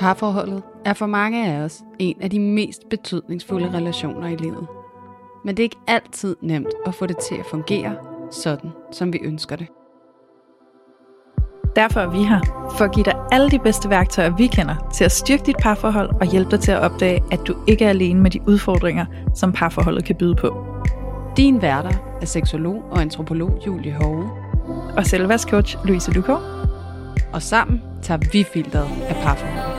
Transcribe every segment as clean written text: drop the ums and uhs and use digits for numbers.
Parforholdet er for mange af os en af de mest betydningsfulde relationer i livet. Men det er ikke altid nemt at få det til at fungere sådan, som vi ønsker det. Derfor er vi her, for at give dig alle de bedste værktøjer, vi kender, til at styrke dit parforhold og hjælpe dig til at opdage, at du ikke er alene med de udfordringer, som parforholdet kan byde på. Din værter er seksolog og antropolog Julie Hove Og selvværdscoach Louise Lukov. Og sammen tager vi filteret af parforholdet.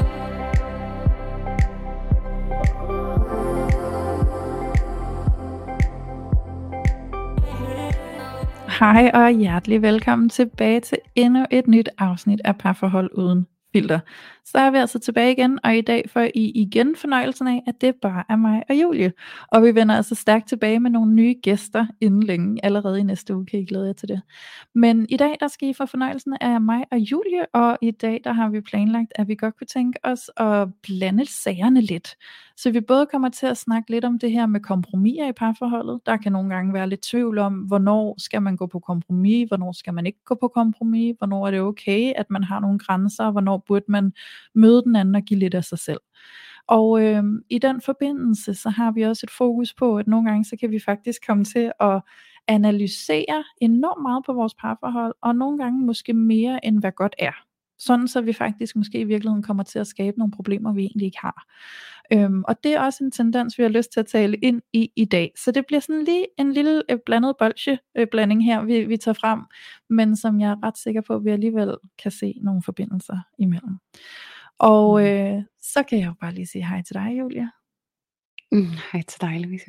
Hej og hjertelig velkommen tilbage til endnu et nyt afsnit af Parforhold uden filter. Så er vi altså tilbage igen, og i dag får I igen fornøjelsen af, at det bare er mig og Julie. Og vi vender altså stærkt tilbage med nogle nye gæster inden længe, allerede i næste uge, kan I glæde jer til det. Men i dag, der skal I få fornøjelsen af mig og Julie, og i dag, der har vi planlagt, at vi godt kunne tænke os at blande sagerne lidt. Så vi både kommer til at snakke lidt om det her med kompromiser i parforholdet. Der kan nogle gange være lidt tvivl om, hvornår skal man gå på kompromis, hvornår skal man ikke gå på kompromis, hvornår er det okay, at man har nogle grænser, hvornår burde man møde den anden og give lidt af sig selv. Og i den forbindelse, så har vi også et fokus på, at nogle gange, så kan vi faktisk komme til at analysere enormt meget på vores parforhold, og nogle gange måske mere, end hvad godt er. Sådan så vi faktisk måske i virkeligheden kommer til at skabe nogle problemer, vi egentlig ikke har. Og det er også en tendens, vi har lyst til at tale ind i dag. Så det bliver sådan lige en lille blandet bolsjeblanding her, vi tager frem, men som jeg er ret sikker på, at vi alligevel kan se nogle forbindelser imellem. Og så kan jeg jo bare lige sige hej til dig, Julia. Hej til dig, Louise.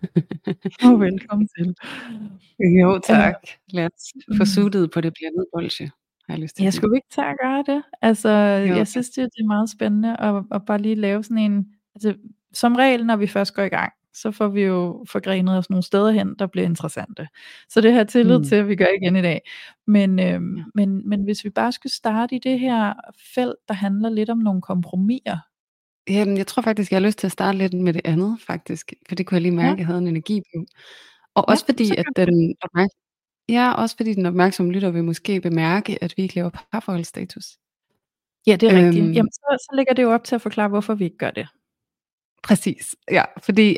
Og velkommen til. Jo, tak. Lad os få suttet på det blandede bolsje. Jeg skulle ikke tage at gøre det. Altså, jo. Jeg synes det er meget spændende at bare lige lave sådan en, altså, som regel, når vi først går i gang, så får vi jo forgrenet os nogle steder hen, der bliver interessante. Så det har jeg tillid til, at vi gør igen i dag. Men hvis vi bare skulle starte i det her felt, der handler lidt om nogle kompromiser. Jamen, jeg tror faktisk, jeg har lyst til at starte lidt med det andet, faktisk. For det kunne jeg lige mærke, at jeg havde en energi på. Og også fordi, at også fordi den opmærksomme lytter vil måske bemærke, at vi ikke laver parforholdsstatus. Ja, det er rigtigt. Jamen, så ligger det jo op til at forklare, hvorfor vi ikke gør det. Præcis, ja. Fordi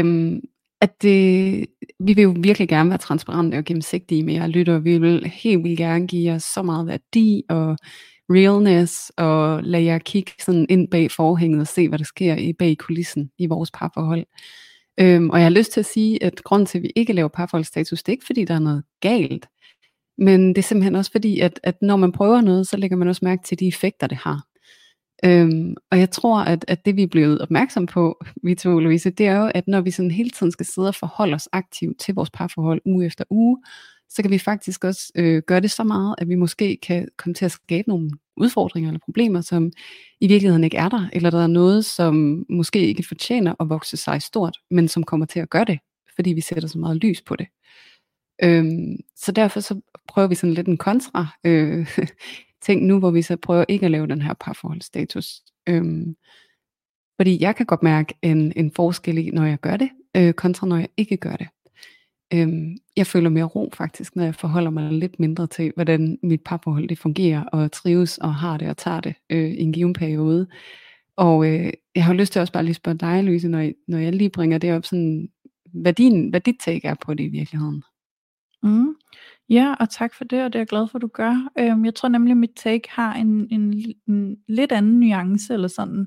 vi vil jo virkelig gerne være transparente og gennemsigtige med jer lytter. Vi vil helt vildt gerne give jer så meget værdi og realness, og lade jer kigge sådan ind bag forhænget og se, hvad der sker bag kulissen i vores parforhold. Og jeg har lyst til at sige, at grunden til, at vi ikke laver parforholdsstatus, det er ikke fordi, der er noget galt. Men det er simpelthen også fordi, at når man prøver noget, så lægger man også mærke til de effekter, det har. Og jeg tror, at det vi er blevet opmærksom på, vi to, Louise, det er jo, at når vi sådan hele tiden skal sidde og forholde os aktivt til vores parforhold uge efter uge, så kan vi faktisk også gøre det så meget, at vi måske kan komme til at skabe nogle udfordringer eller problemer, som i virkeligheden ikke er der, eller der er noget, som måske ikke fortjener at vokse sig stort, men som kommer til at gøre det, fordi vi sætter så meget lys på det. Så derfor så prøver vi sådan lidt en kontra ting nu, hvor vi så prøver ikke at lave den her parforholdsstatus. Fordi jeg kan godt mærke en forskel i, når jeg gør det, kontra når jeg ikke gør det. Jeg føler mere ro faktisk, når jeg forholder mig lidt mindre til, hvordan mit parforhold det fungerer, og trives, og har det, og tager det i en given periode. Og jeg har lyst til også bare lige spørge dig, Louise, når jeg lige bringer det op, sådan, hvad dit take er på det i virkeligheden. Ja, og tak for det, og det er jeg glad for, du gør. Jeg tror nemlig, at mit take har en lidt anden nuance, eller sådan.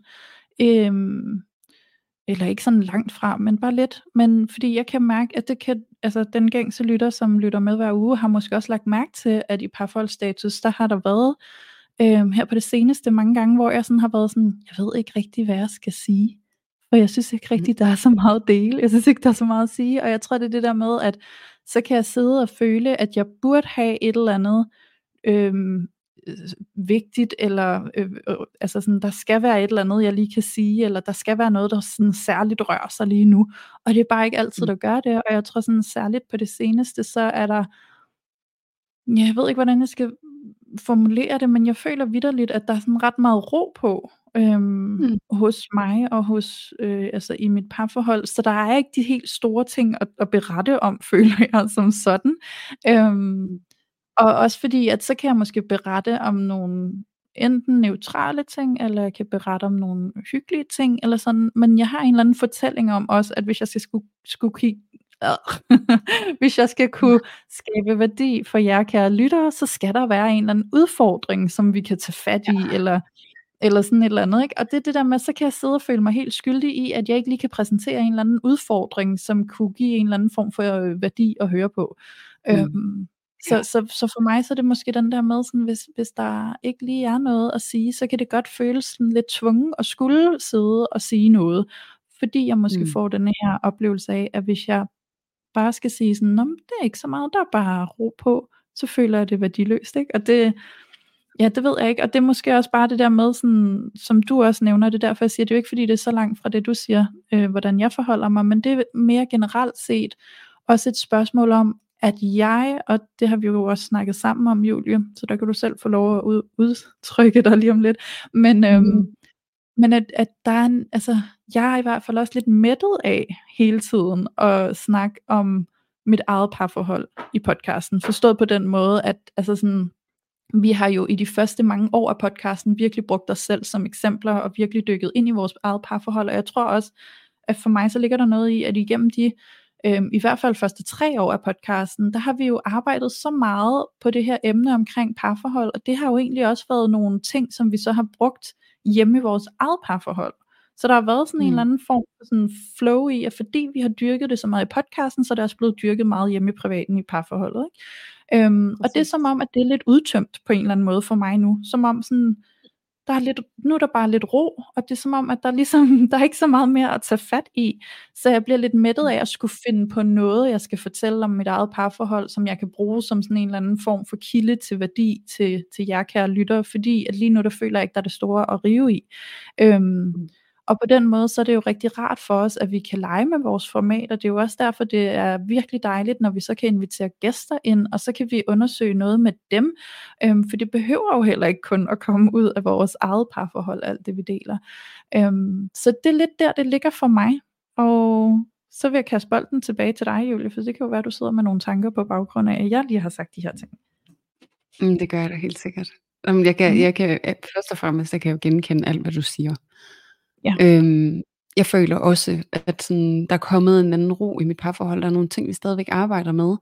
Eller ikke sådan langt fra, men bare lidt. Men fordi jeg kan mærke, at det kan, altså den gængse lytter, som lytter med hver uge, har måske også lagt mærke til, at i parforholdsstatus, der har der været her på det seneste mange gange, hvor jeg sådan har været sådan, jeg ved ikke rigtig, hvad jeg skal sige. For jeg synes ikke rigtig, der er så meget at dele. Jeg synes ikke, der er så meget at sige. Og jeg tror, det er det der med, at så kan jeg sidde og føle, at jeg burde have et eller andet vigtigt, eller altså sådan, der skal være et eller andet, jeg lige kan sige, eller der skal være noget, der sådan særligt rører sig lige nu. Og det er bare ikke altid, der gør det. Og jeg tror sådan særligt på det seneste, så er der, jeg ved ikke, hvordan jeg skal formulere det, men jeg føler vitterligt, at der er sådan ret meget ro på hos mig og hos altså i mit parforhold, så der er ikke de helt store ting at berette om, føler jeg som sådan. Og også fordi, at så kan jeg måske berette om nogle enten neutrale ting, eller jeg kan berette om nogle hyggelige ting, eller sådan, men jeg har en eller anden fortælling om også, at hvis jeg skulle kigge, hvis jeg skal kunne skabe værdi for jer kære lyttere, så skal der være en eller anden udfordring, som vi kan tage fat i, eller sådan et eller andet, ikke? Og det er det der med, så kan jeg sidde og føle mig helt skyldig i, at jeg ikke lige kan præsentere en eller anden udfordring, som kunne give en eller anden form for værdi at høre på. Så for mig så er det måske den der med, sådan, hvis der ikke lige er noget at sige, så kan det godt føles sådan lidt tvungen at skulle sidde og sige noget, fordi jeg måske får den her oplevelse af, at hvis jeg bare skal sige sådan, nå, det er ikke så meget, der er bare ro på, så føler jeg det værdiløst, ikke? Og det ved jeg ikke, og det er måske også bare det der med, sådan, som du også nævner, det er derfor jeg siger, det er jo ikke fordi det er så langt fra det du siger, hvordan jeg forholder mig, men det er mere generelt set også et spørgsmål om, at jeg, og det har vi jo også snakket sammen om, Julie, så der kan du selv få lov at udtrykke dig lige om lidt, men at der er altså, jeg er i hvert fald også lidt mættet af hele tiden at snakke om mit eget parforhold i podcasten, forstået på den måde, at altså sådan, vi har jo i de første mange år af podcasten virkelig brugt os selv som eksempler, og virkelig dykket ind i vores eget parforhold, og jeg tror også, at for mig så ligger der noget i, at igennem de i hvert fald første 3 år af podcasten, der har vi jo arbejdet så meget på det her emne omkring parforhold, og det har jo egentlig også været nogle ting, som vi så har brugt hjemme i vores eget parforhold. Så der har været sådan en eller anden form for sådan flow i, at fordi vi har dyrket det så meget i podcasten, så er det også blevet dyrket meget hjemme i privaten i parforholdet, ikke? Og det er som om, at det er lidt udtømt på en eller anden måde for mig nu, som om sådan, nu er der bare lidt ro, og det er som om, at der er ikke så meget mere at tage fat i, så jeg bliver lidt mættet af at skulle finde på noget, jeg skal fortælle om mit eget parforhold, som jeg kan bruge som sådan en eller anden form for kilde til værdi til jer kære lyttere, fordi at lige nu der føler jeg ikke, der er det store at rive i. Og på den måde, så er det jo rigtig rart for os, at vi kan lege med vores format, og det er jo også derfor, det er virkelig dejligt, når vi så kan invitere gæster ind, og så kan vi undersøge noget med dem, for det behøver jo heller ikke kun at komme ud af vores eget parforhold, alt det vi deler. Så det er lidt der, det ligger for mig, og så vil jeg kaste bolden tilbage til dig, Julie, for det kan jo være, at du sidder med nogle tanker på baggrund af, at jeg lige har sagt de her ting. Det gør jeg da helt sikkert. Jeg kan først og fremmest, jeg kan jo genkende alt, hvad du siger. Ja. Jeg føler også, at sådan, der er kommet en anden ro i mit parforhold. Der er nogle ting, vi stadigvæk arbejder med.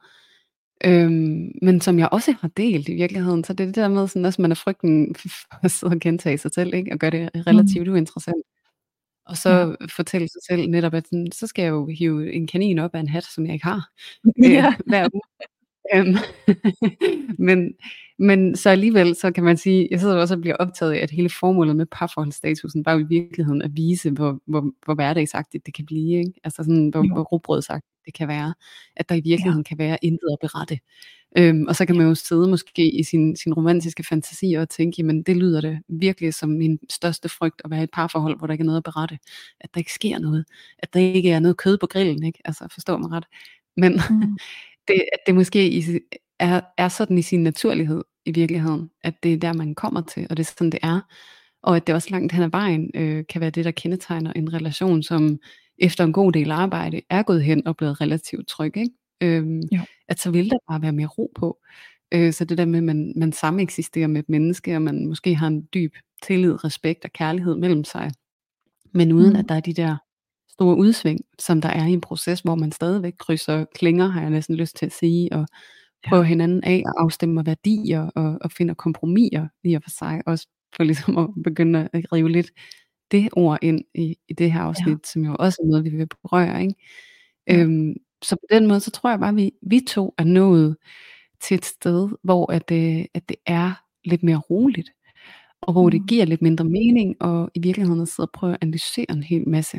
Men som jeg også har delt i virkeligheden. Så det er det der med, sådan, at man er frygten for at sidde og gentage sig selv, ikke? Og gøre det relativt uinteressant. Og så fortælle sig selv netop, at sådan, så skal jeg jo hive en kanin op af en hat, som jeg ikke har hver uge. men så alligevel, så kan man sige, jeg sidder også og bliver optaget af, at hele formålet med parforholdsstatusen var jo i virkeligheden at vise, hvor hverdagsagtigt det kan blive, ikke? Altså sådan, hvor rugbrødsagtigt det kan være, at der i virkeligheden kan være intet at berette. Og så kan man jo sidde måske i sin romantiske fantasi og tænke, jamen det lyder det virkelig som min største frygt at være i et parforhold, hvor der ikke er noget at berette, at der ikke sker noget, at der ikke er noget kød på grillen, ikke? Altså forstår mig ret. Men at det måske er sådan i sin naturlighed i virkeligheden, at det er der man kommer til, og det er sådan det er, og at det også langt hen ad vejen kan være det der kendetegner en relation, som efter en god del arbejde er gået hen og blevet relativt tryg, ikke? At så vil der bare være mere ro på, så det der med at man sameksisterer med et menneske, og man måske har en dyb tillid, respekt og kærlighed mellem sig, men uden at der er de der store udsving, som der er i en proces, hvor man stadigvæk krydser klinger, har jeg næsten lyst til at sige, og prøver hinanden af og afstemmer værdier og finder kompromiser i og for sig, også for ligesom at begynde at rive lidt det ord ind i det her afsnit, som jo også er noget, vi vil berøre, ikke? Så på den måde, så tror jeg bare, at vi to er nået til et sted, hvor at det er lidt mere roligt, og hvor det giver lidt mindre mening, og i virkeligheden at sidde og prøve at analysere en hel masse.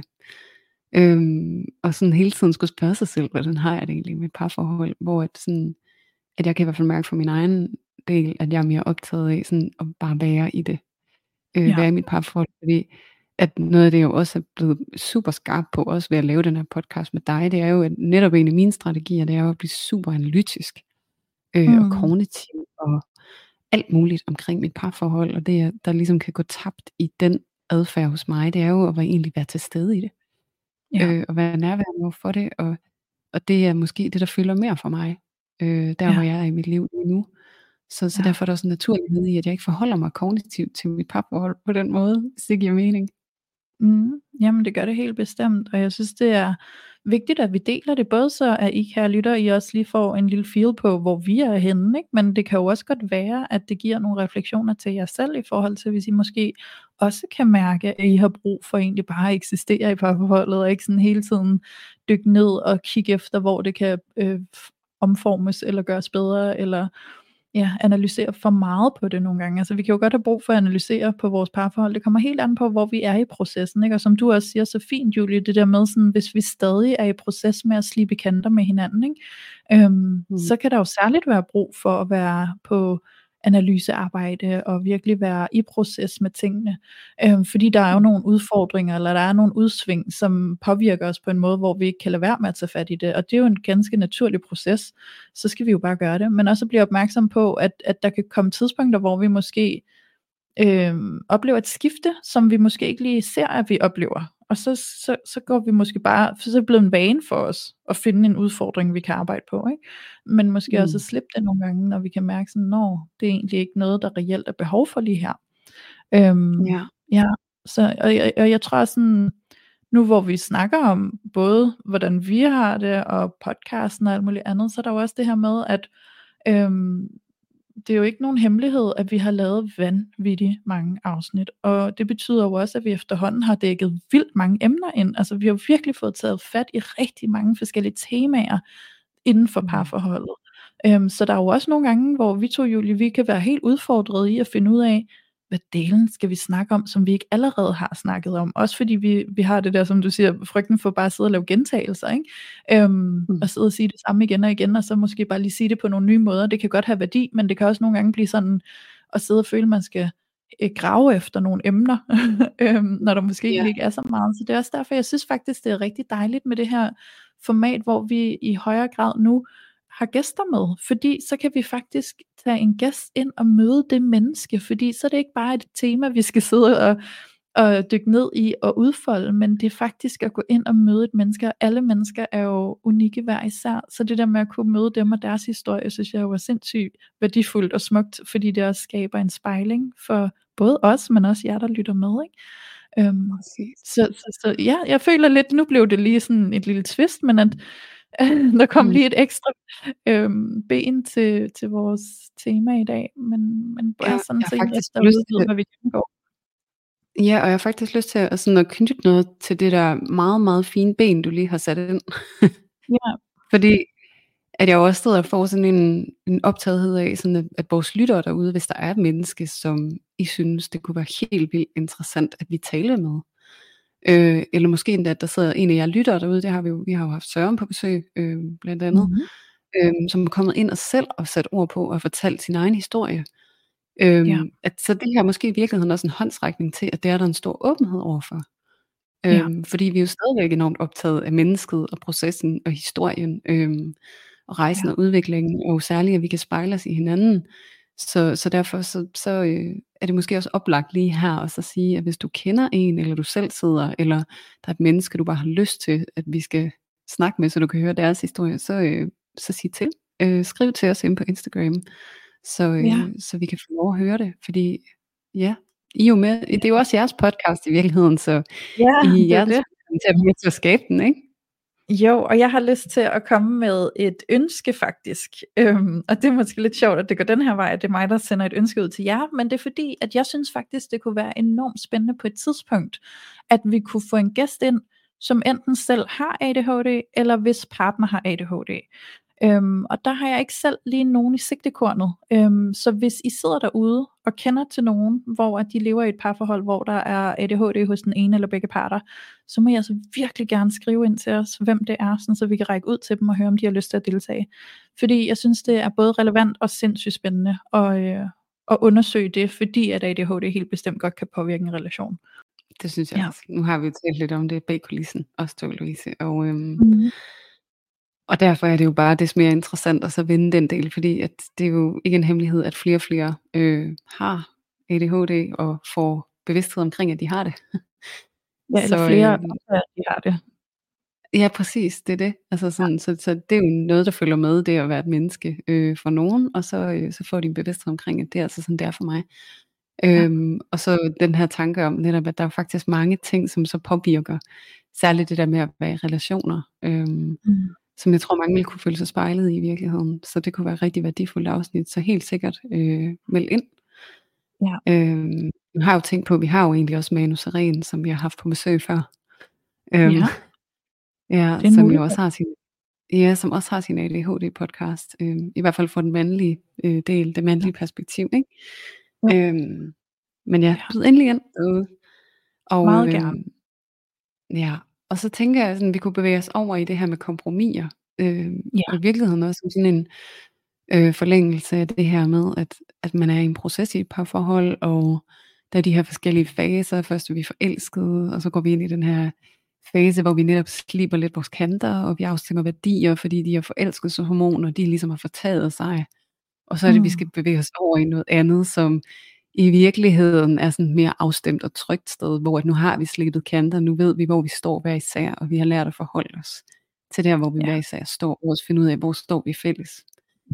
Og sådan hele tiden skulle spørge sig selv, hvordan har jeg det egentlig med et parforhold, hvor at jeg kan i hvert fald mærke for min egen del, at jeg er mere optaget af sådan at bare være i det, være i mit parforhold, fordi at noget af det, jeg jo også er blevet super skarp på, også ved at lave den her podcast med dig, det er jo, at netop en af mine strategier, det er jo at blive super analytisk, og kognitiv, og alt muligt omkring mit parforhold, og det, der ligesom kan gå tabt i den adfærd hos mig, det er jo at egentlig være til stede i det, og være nærværende over for det, og det er måske det, der fylder mere for mig, hvor jeg er i mit liv lige nu. Så Ja. derfor er der også en naturlighed i, at jeg ikke forholder mig kognitivt til mit parforhold på den måde, hvis det giver mening. Jamen det gør det helt bestemt, og jeg synes det er vigtigt at vi deler det, både så at I kære lytter, I også lige får en lille feel på hvor vi er henne, ikke? Men det kan jo også godt være at det giver nogle refleksioner til jer selv, i forhold til hvis I måske også kan mærke at I har brug for egentlig bare at eksistere i parforholdet, og ikke sådan hele tiden dykke ned og kigge efter hvor det kan omformes eller gøres bedre, eller analysere for meget på det nogle gange. Altså vi kan jo godt have brug for at analysere på vores parforhold. Det kommer helt an på, hvor vi er i processen, ikke? Og som du også siger så fint, Julie, det der med sådan, hvis vi stadig er i proces med at slibe kanter med hinanden, ikke? Så kan der jo særligt være brug for at være på analysearbejde og virkelig være i proces med tingene, fordi der er jo nogle udfordringer, eller der er nogle udsving, som påvirker os på en måde, hvor vi ikke kan lade være med at tage fat i det, og det er jo en ganske naturlig proces. Så skal vi jo bare gøre det, men også blive opmærksom på at der kan komme tidspunkter, hvor vi måske oplever et skifte, som vi måske ikke lige ser at vi oplever, og så går vi måske bare, for så er det blevet en vane for os at finde en udfordring vi kan arbejde på, ikke? Men måske også at slippe det nogle gange, når vi kan mærke sådan, det er egentlig ikke noget der reelt er behov for lige her. Så og jeg tror sådan, nu hvor vi snakker om både hvordan vi har det og podcasten og alt muligt andet, så er der jo også det her med at det er jo ikke nogen hemmelighed at vi har lavet vanvittigt mange afsnit, og det betyder jo også at vi efterhånden har dækket vildt mange emner ind. Altså vi har jo virkelig fået taget fat i rigtig mange forskellige temaer inden for parforholdet. Så der er jo også nogle gange hvor vi to, Julie, vi kan være helt udfordret i at finde ud af hvad delen skal vi snakke om, som vi ikke allerede har snakket om. Også fordi vi har det der, som du siger, frygten for bare at sidde og lave gentagelser, ikke? Og sidde og sige det samme igen og igen, og så måske bare lige sige det på nogle nye måder. Det kan godt have værdi, men det kan også nogle gange blive sådan, at sidde og føle, at man skal grave efter nogle emner, når der måske ikke er så meget. Så det er også derfor, jeg synes faktisk, det er rigtig dejligt med det her format, hvor vi i højere grad nu har gæster med, fordi så kan vi faktisk tage en gæst ind og møde det menneske, fordi så er det ikke bare et tema, vi skal sidde og dykke ned i og udfolde, men det er faktisk at gå ind og møde et menneske, og alle mennesker er jo unikke hver især, så det der med at kunne møde dem og deres historie, synes jeg jo er sindssygt værdifuldt og smukt, fordi det også skaber en spejling for både os, men også jer, der lytter med, ikke? Så ja, jeg føler lidt, nu blev det lige sådan et lille twist, men at der kom lige et ekstra ben til vores tema i dag, men bare sådan jeg så har I faktisk også lyst derude ved, hvad vi gennemgår. Ja, og jeg har faktisk lyst til at, sådan at knytte noget til det der meget, meget fine ben, du lige har sat ind. Ja. Fordi at jeg også sidder og får sådan en optagethed af, sådan at vores lyttere derude, hvis der er et menneske, som I synes, det kunne være helt vildt interessant, at vi taler med. Eller måske endda, at der sidder en af jer lyttere derude, det har vi har jo haft Søren på besøg, blandt andet, som er kommet ind og selv og sat ord på og fortalt sin egen historie. At så det her måske i virkeligheden også en håndsrækning til, at det er der en stor åbenhed overfor. Fordi vi er jo stadigvæk enormt optaget af mennesket og processen og historien, og rejsen og udviklingen, og særligt at vi kan spejle os i hinanden. Så derfor så er det måske også oplagt lige her og så sige, at hvis du kender en, eller du selv sidder, eller der er et menneske, du bare har lyst til, at vi skal snakke med, så du kan høre deres historie, så sig til. Skriv til os inde på Instagram, så vi kan få lov at høre det. Fordi I er jo med, det er jo også jeres podcast i virkeligheden, så I er det til at blive til at skabe den, ikke? Jo, og jeg har lyst til at komme med et ønske faktisk, og det er måske lidt sjovt, at det går den her vej, at det er mig, der sender et ønske ud til jer, men det er fordi, at jeg synes faktisk, det kunne være enormt spændende på et tidspunkt, at vi kunne få en gæst ind, som enten selv har ADHD, eller hvis partner har ADHD. Og der har jeg ikke selv lige nogen i sigtekornet, så hvis I sidder derude og kender til nogen, hvor at de lever i et parforhold, hvor der er ADHD hos den ene eller begge parter, så må jeg altså virkelig gerne skrive ind til os, hvem det er, sådan, så vi kan række ud til dem og høre, om de har lyst til at deltage. Fordi jeg synes, det er både relevant og sindssygt spændende at undersøge det, fordi at ADHD helt bestemt godt kan påvirke en relation. Det synes jeg også. Nu har vi jo talt lidt om det bag kulissen, også to, Louise, og derfor er det jo bare det mere interessant at så vende den del, fordi at det er jo ikke en hemmelighed, at flere og flere har ADHD og får bevidsthed omkring, at de har det. Ja, eller flere opdager, at de har det. Ja, præcis, det er det. Altså Ja, sådan, så det er jo noget, der følger med det at være et menneske for nogen, og så får de en bevidsthed omkring, at det er altså sådan, det er for mig. ja. Og så den her tanke om netop, at der er faktisk mange ting, som så påvirker, særligt det der med at være i relationer, Mm. som jeg tror mange vil kunne føle sig spejlet i virkeligheden. Så det kunne være et rigtig værdifuldt afsnit, så helt sikkert meld ind. Ja, Jeg har jo tænkt på, at vi har jo egentlig også Manu Seren, som vi har haft på besøg før. Øhm, ja, ja, det er en som jo mulighed. også har sin som også har sin ADHD-podcast, i hvert fald for den mandlige del, det Ja, mandlige perspektiv, ikke? jo, Men ja, ja, byd endelig ind derude. Og meget gerne. ja, og så tænker jeg sådan, vi kunne bevæge os over i det her med kompromiser, Ja, og i virkeligheden også som sådan en forlængelse af det her med, at man er i en proces i et parforhold, og der er de her forskellige faser. Først er vi forelskede, og så går vi ind i den her fase, hvor vi netop sliber lidt vores kanter, og vi afstemmer værdier, fordi de her forelskelseshormoner, de ligesom har fortaget sig. Og så er det, vi skal mm, bevæge os over i noget andet, som i virkeligheden er sådan et mere afstemt og trygt sted, hvor at nu har vi slebet kanter, nu ved vi, hvor vi står hver især, og vi har lært at forholde os til der, hvor vi ja, hver især står, og også finde ud af, hvor står vi fælles.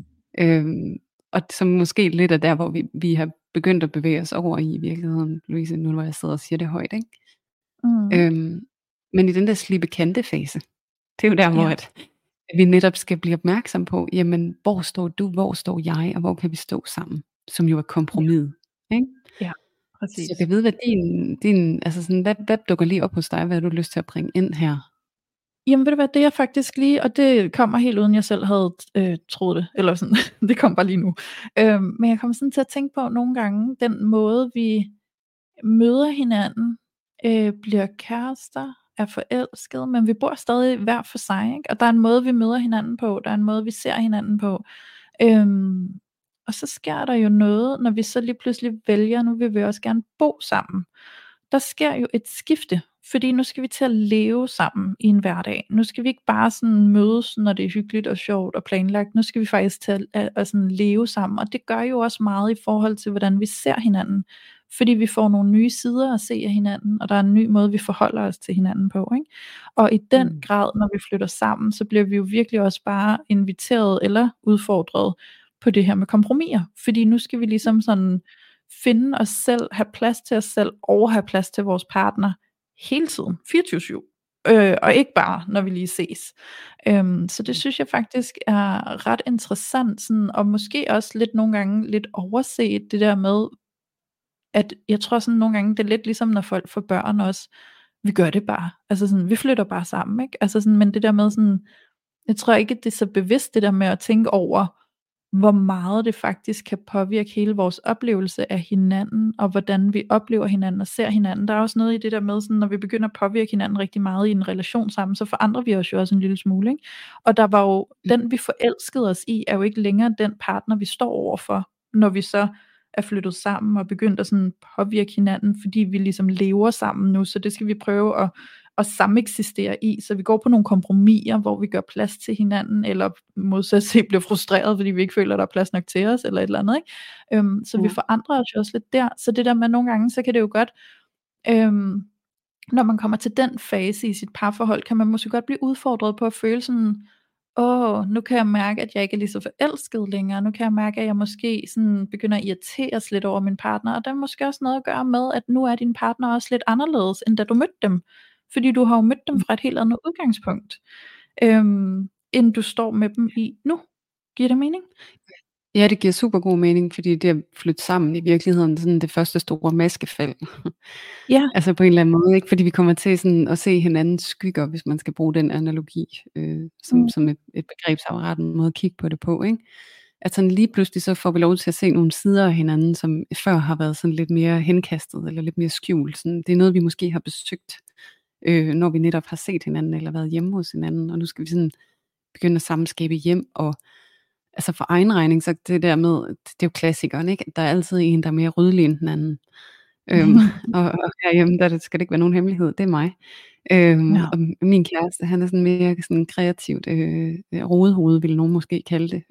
Og som måske lidt af der, hvor vi har begyndt at bevæge os over i virkeligheden, Louise, nu hvor jeg sidder og siger det højt, ikke? mm, Øhm, men i den der slibe kante fase, det er jo der, hvor ja, at vi netop skal blive opmærksom på, jamen, hvor står du, hvor står jeg, og hvor kan vi stå sammen, som jo er ja, kompromiset, ikke? ja, Så præcis. jeg kan vide, hvad altså sådan, hvad dukker lige op hos dig, hvad har du lyst til at bringe ind her? Jamen ved du hvad, det er faktisk lige, og det kommer helt uden jeg selv havde troet det, eller sådan, det kom bare lige nu. Men jeg kommer sådan til at tænke på nogle gange, den måde vi møder hinanden, bliver kærester, er forelskede, men vi bor stadig hver for sig, ikke? Og der er en måde, vi møder hinanden på, der er en måde, vi ser hinanden på. Øhm, og så sker der jo noget, når vi så lige pludselig vælger, nu vil vi også gerne bo sammen. Der sker jo et skifte, fordi nu skal vi til at leve sammen i en hverdag. Nu skal vi ikke bare sådan mødes, når det er hyggeligt og sjovt og planlagt. Nu skal vi faktisk til at sådan leve sammen, og det gør jo også meget i forhold til, hvordan vi ser hinanden. Fordi vi får nogle nye sider at se af hinanden, og der er en ny måde, vi forholder os til hinanden på, ikke? Og i den Mm. grad, når vi flytter sammen, så bliver vi jo virkelig også bare inviteret eller udfordret på det her med kompromiser. Fordi nu skal vi ligesom sådan finde os selv, have plads til os selv, og have plads til vores partner hele tiden, 24/7. Og ikke bare, når vi lige ses. Så det synes jeg faktisk er ret interessant, sådan, og måske også lidt nogle gange lidt overset, det der med, at jeg tror sådan nogle gange, det er lidt ligesom, når folk får børn også, vi gør det bare. Altså sådan, vi flytter bare sammen, ikke? Altså sådan, men det der med sådan, jeg tror ikke, at det er så bevidst, det der med at tænke over, hvor meget det faktisk kan påvirke hele vores oplevelse af hinanden, og hvordan vi oplever hinanden og ser hinanden. Der er også noget i det der med, sådan, når vi begynder at påvirke hinanden rigtig meget i en relation sammen, så forandrer vi os jo også en lille smule. Ikke? Og der var jo, den vi forelskede os i, er jo ikke længere den partner, vi står overfor, når vi så er flyttet sammen og begyndt at sådan påvirke hinanden, fordi vi ligesom lever sammen nu, så det skal vi prøve at sameksistere i, så vi går på nogle kompromiser, hvor vi gør plads til hinanden, eller modsat set bliver frustreret, fordi vi ikke føler, der er plads nok til os, eller et eller andet, ikke? Så vi Ja. forandrer os jo også lidt der, så det der med nogle gange, så kan det jo godt, øhm, når man kommer til den fase i sit parforhold, kan man måske godt blive udfordret på at føle sådan, nu kan jeg mærke, at jeg ikke er lige så forelsket længere. Nu kan jeg mærke, at jeg måske sådan begynder at irriteres lidt over min partner. Og det er måske også noget at gøre med, at nu er din partner også lidt anderledes, end da du mødte dem. Fordi du har jo mødt dem fra et helt andet udgangspunkt, end du står med dem i nu. Giver det mening? Ja, det giver super god mening, fordi det at flytte sammen i virkeligheden, sådan det første store maskefald. Ja. Altså på en eller anden måde, ikke? Fordi vi kommer til sådan at se hinandens skygger, hvis man skal bruge den analogi, som Mm. et begrebsapparat, en måde at kigge på det på, ikke? At sådan lige pludselig så får vi lov til at se nogle sider af hinanden, som før har været sådan lidt mere henkastet, eller lidt mere skjult. Sådan, det er noget, vi måske har besøgt, når vi netop har set hinanden, eller været hjemme hos hinanden, og nu skal vi sådan begynde at sammenskabe hjem, og altså for egen regning, så det der med, det er jo klassikeren, ikke? Der er altid en, der er mere rødlig end den anden. Øhm, og herhjemme, skal det ikke være nogen hemmelighed, det er mig. Ja. Og min kæreste, han er sådan mere sådan kreativt rodehoved, ville nogen måske kalde det.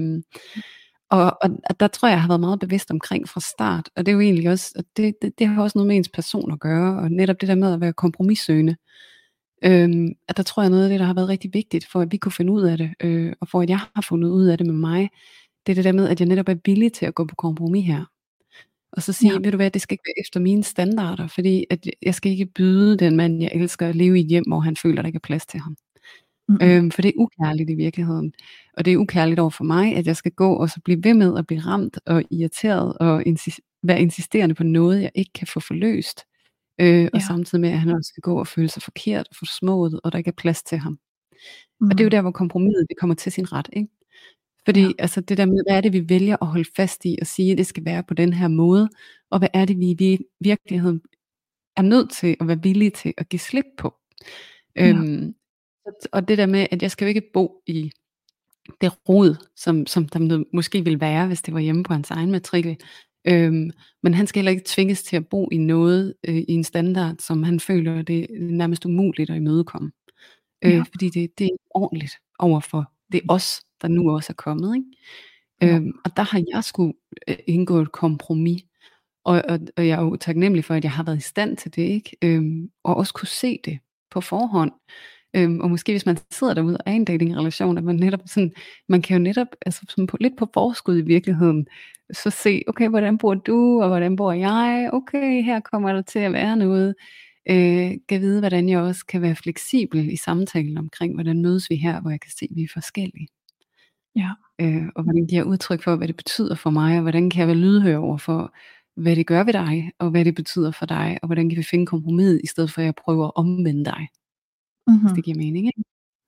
Og der tror jeg har været meget bevidst omkring fra start, og det er jo egentlig også, og det har også noget med ens person at gøre, og netop det der med at være kompromissøgende. At der tror jeg noget af det, der har været rigtig vigtigt, for at vi kunne finde ud af det, og for at jeg har fundet ud af det med mig, det er det der med, at jeg netop er villig til at gå på kompromis her. Og så Ja. sige, ved du hvad, det skal ikke være efter mine standarder, fordi at jeg skal ikke byde den mand, jeg elsker, at leve i et hjem, hvor han føler, der ikke er plads til ham. Mm-mm. For det er ukærligt i virkeligheden. Og det er ukærligt over for mig, at jeg skal gå og så blive ved med at blive ramt og irriteret og være insisterende på noget, jeg ikke kan få forløst. Og Ja. samtidig med, at han også skal gå og føle sig forkert og forsmået, og der ikke er plads til ham. Og det er jo Mm. der, hvor kompromiset det kommer til sin ret, ikke? Fordi Ja. altså det der med, hvad er det, vi vælger at holde fast i og sige, at det skal være på den her måde, og hvad er det, vi i virkeligheden er nødt til at være villige til at give slip på. Ja. Og det der med, at jeg skal jo ikke bo i det rod, som der måske ville være, hvis det var hjemme på hans egen matrikel. Men han skal heller ikke tvinges til at bo i noget, i en standard, som han føler, det er nærmest umuligt at imødekomme. Ja. Fordi det er ordentligt overfor det er os, der nu også er kommet. Jo. Ikke? Og der har jeg skulle indgå et kompromis. Og jeg er jo taknemmelig for, at jeg har været i stand til det, ikke? Og også kunne se det på forhånd. Og måske hvis man sidder derude og er i en datingrelation, at man netop sådan, man kan jo netop altså sådan lidt på forskud i virkeligheden, så se, okay, hvordan bor du, og hvordan bor jeg? Okay, her kommer der til at være noget. Kan vide, hvordan jeg også kan være fleksibel i samtalen omkring, hvordan mødes vi her, hvor jeg kan se, at vi er forskellige. Ja. Og hvordan giver jeg udtryk for, hvad det betyder for mig, og hvordan kan jeg være lydhør over for, hvad det gør ved dig, og hvad det betyder for dig, og hvordan kan vi finde kompromis, i stedet for at jeg prøver at omvende dig, hvis Mm-hmm. det giver mening, ikke?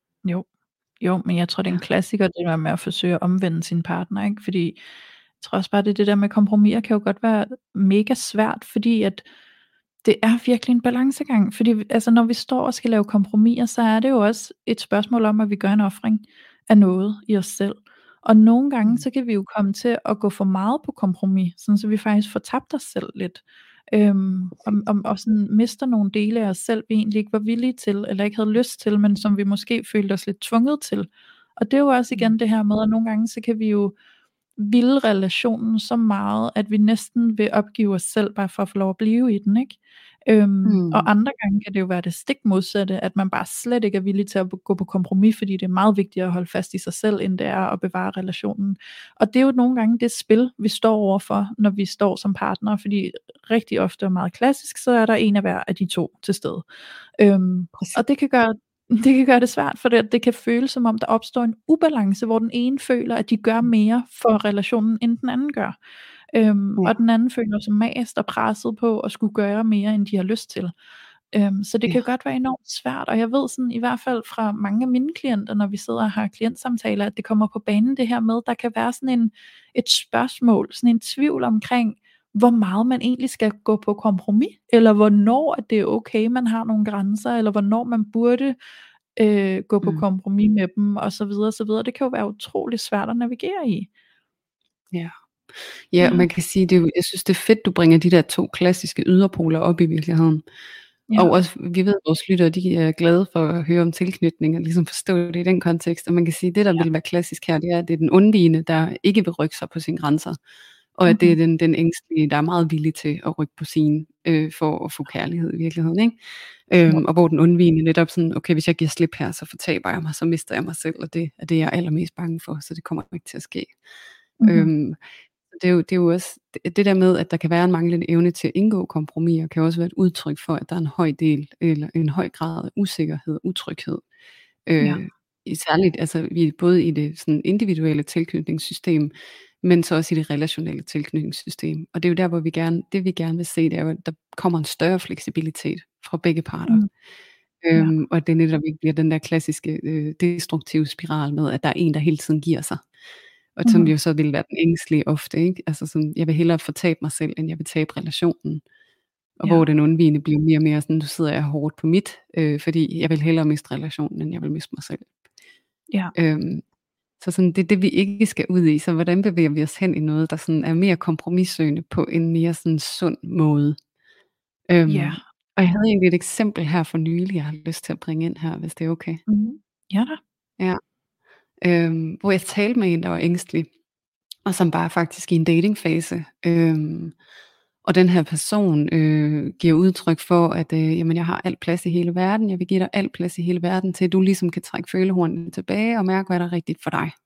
Jo, men jeg tror, det er en Ja. klassiker, det der med at forsøge at omvende sin partner, ikke? Fordi jeg tror også bare, det der med kompromiser kan jo godt være mega svært, fordi at det er virkelig en balancegang. Fordi altså, når vi står og skal lave kompromiser, så er det jo også et spørgsmål om, at vi gør en ofring af noget i os selv. Og nogle gange, så kan vi jo komme til at gå for meget på kompromis, sådan så vi faktisk får tabt os selv lidt. Og sådan mister nogle dele af os selv, vi egentlig ikke var villige til, eller ikke havde lyst til, men som vi måske følte os lidt tvunget til. Og det er jo også igen det her med, at nogle gange, så kan vi jo ville relationen så meget, at vi næsten vil opgive os selv, bare for at få lov at blive i den, ikke? Og andre gange kan det jo være det stik modsatte, at man bare slet ikke er villig til at gå på kompromis, fordi det er meget vigtigt at holde fast i sig selv, end det er at bevare relationen. Og det er jo nogle gange det spil, vi står overfor, når vi står som partnere, fordi rigtig ofte og meget klassisk, så er der en af hver af de to til stede. Og det kan gøre det svært, for det kan føles som om, der opstår en ubalance, hvor den ene føler, at de gør mere for relationen, end den anden gør. Og den anden føler sig mast og presset på at skulle gøre mere, end de har lyst til. Så det kan godt være enormt svært, og jeg ved sådan, i hvert fald fra mange af mine klienter, når vi sidder og har klientsamtaler, at det kommer på banen det her med, der kan være sådan et spørgsmål, sådan en tvivl omkring, hvor meget man egentlig skal gå på kompromis, eller hvornår at det er okay, man har nogle grænser, eller hvornår man burde gå på kompromis med dem, og så videre, så videre. Det kan jo være utrolig svært at navigere i. Ja, og man kan sige, jeg synes det er fedt, du bringer de der to klassiske yderpoler op i virkeligheden. Ja. Og også, vi ved, at vores lyttere, de er glade for at høre om tilknytning, og ligesom forstå det i den kontekst. Og man kan sige, det der vil være klassisk her, det er, at det er den undvigende, der ikke vil rykke sig på sine grænser. Og at det er den ængstelige, der er meget villig til at rykke på sine, for at få kærlighed i virkeligheden, ikke? Og hvor den undvigende netop sådan, okay, hvis jeg giver slip her, så fortaber jeg mig, så mister jeg mig selv, og det er det, jeg er allermest bange for, så det kommer ikke til at ske. Det er jo også det der med, at der kan være en manglende evne til at indgå kompromiser, kan også være et udtryk for, at der er en høj del, eller en høj grad af usikkerhed og utryghed. Særligt, altså vi er både i det sådan individuelle tilknytningssystem, men så også i det relationelle tilknytningssystem. Og det er jo der, hvor vi gerne vil se, det er jo, at der kommer en større fleksibilitet fra begge parter. Og at det netop ikke bliver den der klassiske destruktive spiral med, at der er en, der hele tiden giver sig. Og som jo så vil være den ængstlige ofte, ikke? Altså sådan, jeg vil hellere fortabe mig selv, end jeg vil tabe relationen. Og hvor den undvigende bliver mere og mere sådan, du sidder jeg hårdt på mit, fordi jeg vil hellere miste relationen, end jeg vil miste mig selv. Så sådan, det er det, vi ikke skal ud i. Så hvordan bevæger vi os hen i noget, der sådan er mere kompromissøgende på en mere sådan sund måde? Og jeg havde egentlig et eksempel her for nylig, jeg har lyst til at bringe ind her, hvis det er okay. Ja da. Ja. Hvor jeg talte med en, der var ængstelig, og som bare faktisk i en datingfase. og den her person giver udtryk for, at jamen, jeg har alt plads i hele verden, jeg vil give dig alt plads i hele verden, til at du ligesom kan trække følehornene tilbage og mærke, hvad der er rigtigt for dig.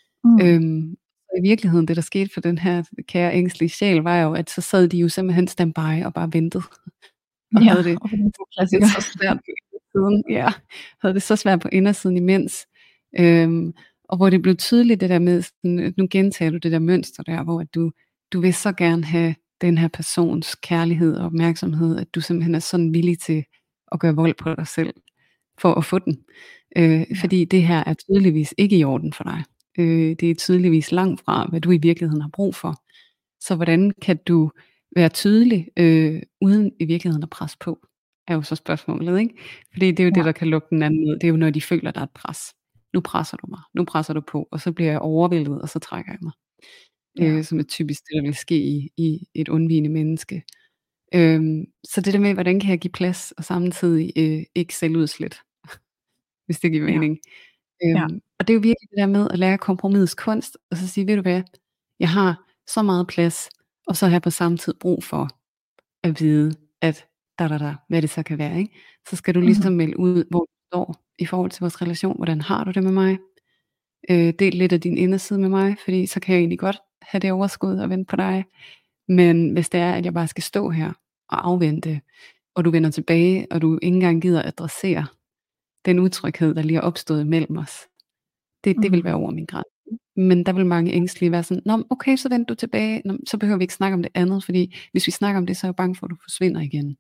I virkeligheden, det der skete for den her kære ængstlige sjæl, var jo, at så sad de jo simpelthen standby og bare ventede. Og havde det så svært på indersiden. Ja, havde det så svært på indersiden imens. Og hvor det blev tydeligt det der med, sådan, nu gentager du det der mønster der, hvor at du vil så gerne have den her persons kærlighed og opmærksomhed, at du simpelthen er sådan villig til at gøre vold på dig selv, for at få den. Fordi det her er tydeligvis ikke i orden for dig. Det er tydeligvis langt fra, hvad du i virkeligheden har brug for. Så hvordan kan du være tydelig, uden i virkeligheden at presse på, er jo så spørgsmålet, ikke? Fordi det er jo det, der kan lukke den anden ud. Det er jo, når de føler, der er et pres. Nu presser du mig, nu presser du på, og så bliver jeg overvældet, og så trækker jeg mig. Som er typisk det, der vil ske i et undvigende menneske. Så det der med, hvordan kan jeg give plads, og samtidig ikke selvudslet, hvis det giver mening. Og det er jo virkelig det der med at lære kompromisets kunst, og så sige, ved du hvad, jeg har så meget plads, og så har jeg på samme tid brug for at vide, at hvad det så kan være, ikke? Så skal du ligesom melde ud, hvor du står i forhold til vores relation, hvordan har du det med mig? Del lidt af din inderside med mig, fordi så kan jeg egentlig godt have det overskud og vente på dig. Men hvis det er, at jeg bare skal stå her og afvente, og du vender tilbage, og du ikke engang gider adressere den utryghed, der lige er opstået mellem os, det vil være over min grænse. Men der vil mange ængstlige være sådan, nå, okay, så vender du tilbage, nå, så behøver vi ikke snakke om det andet, fordi hvis vi snakker om det, så er jeg bange for, at du forsvinder igen.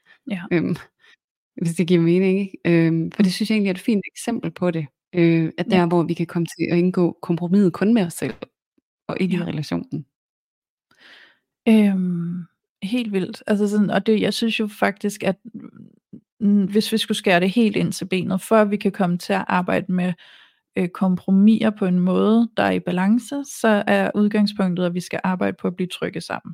Hvis det giver mening, ikke? For det synes jeg egentlig er et fint eksempel på det, at der hvor vi kan komme til at indgå kompromiset kun med os selv, og ikke i relationen. Helt vildt. Altså sådan, og det, jeg synes jo faktisk, at hvis vi skulle skære det helt ind til benet, for at vi kan komme til at arbejde med kompromiser på en måde, der er i balance, så er udgangspunktet, at vi skal arbejde på at blive trygge sammen.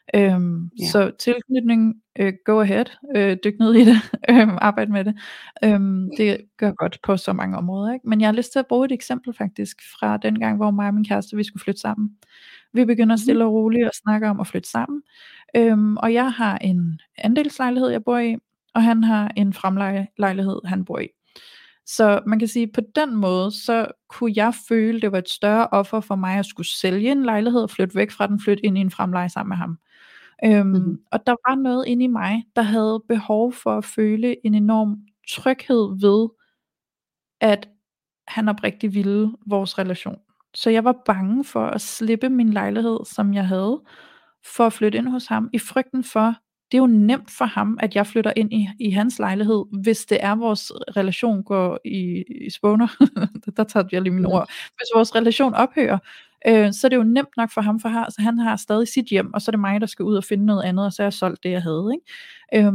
Så tilknytning, go ahead, dyk ned i det, arbejde med det. Det gør godt på så mange områder, ikke? Men jeg har lyst til at bruge et eksempel faktisk fra den gang, hvor mig og min kæreste, vi skulle flytte sammen. Vi begynder stille og roligt at snakke om at flytte sammen. Og jeg har en andelslejlighed, jeg bor i, og han har en fremlejelejlighed, han bor i. Så man kan sige, på den måde, så kunne jeg føle, det var et større offer for mig at skulle sælge en lejlighed og flytte væk fra den, flytte ind i en fremleje sammen med ham. Og der var noget inde i mig, der havde behov for at føle en enorm tryghed ved, at han oprigtigt ville vores relation. Så jeg var bange for at slippe min lejlighed, som jeg havde, for at flytte ind hos ham, i frygten for, det er jo nemt for ham, at jeg flytter ind i hans lejlighed, hvis det er, vores relation går i spåner. Der tager jeg lige mine ord. Hvis vores relation ophører, så er det jo nemt nok for ham, for han har stadig sit hjem, og så er det mig, der skal ud og finde noget andet, og så har jeg solgt det, jeg havde. Ikke?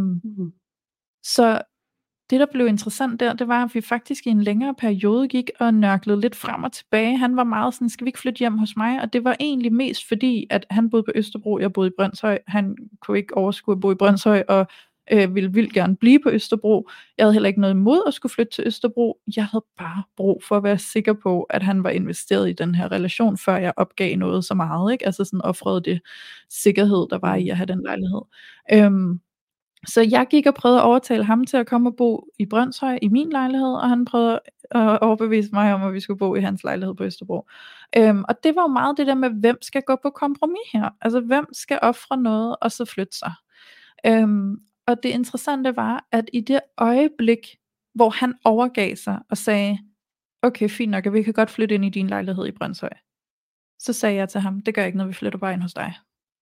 Så det, der blev interessant der, det var, at vi faktisk i en længere periode gik og nørklede lidt frem og tilbage. Han var meget sådan, skal vi ikke flytte hjem hos mig? Og det var egentlig mest fordi, at han boede på Østerbro, jeg boede i Brønshøj. Han kunne ikke overskue at bo i Brønshøj, og ville vildt gerne blive på Østerbro. Jeg havde heller ikke noget imod at skulle flytte til Østerbro. Jeg havde bare brug for at være sikker på, at han var investeret i den her relation, før jeg opgav noget så meget, ikke? Altså sådan offrede det sikkerhed, der var i at have den lejlighed. Så jeg gik og prøvede at overtale ham til at komme og bo i Brønshøj i min lejlighed, og han prøvede at overbevise mig om, at vi skulle bo i hans lejlighed på Østerbro. Og det var jo meget det der med, hvem skal gå på kompromis her? Altså hvem skal ofre noget og så flytte sig? Og det interessante var, at i det øjeblik, hvor han overgav sig og sagde, okay, fint nok, vi kan godt flytte ind i din lejlighed i Brønshøj. Så sagde jeg til ham, det gør ikke noget, vi flytter bare ind hos dig.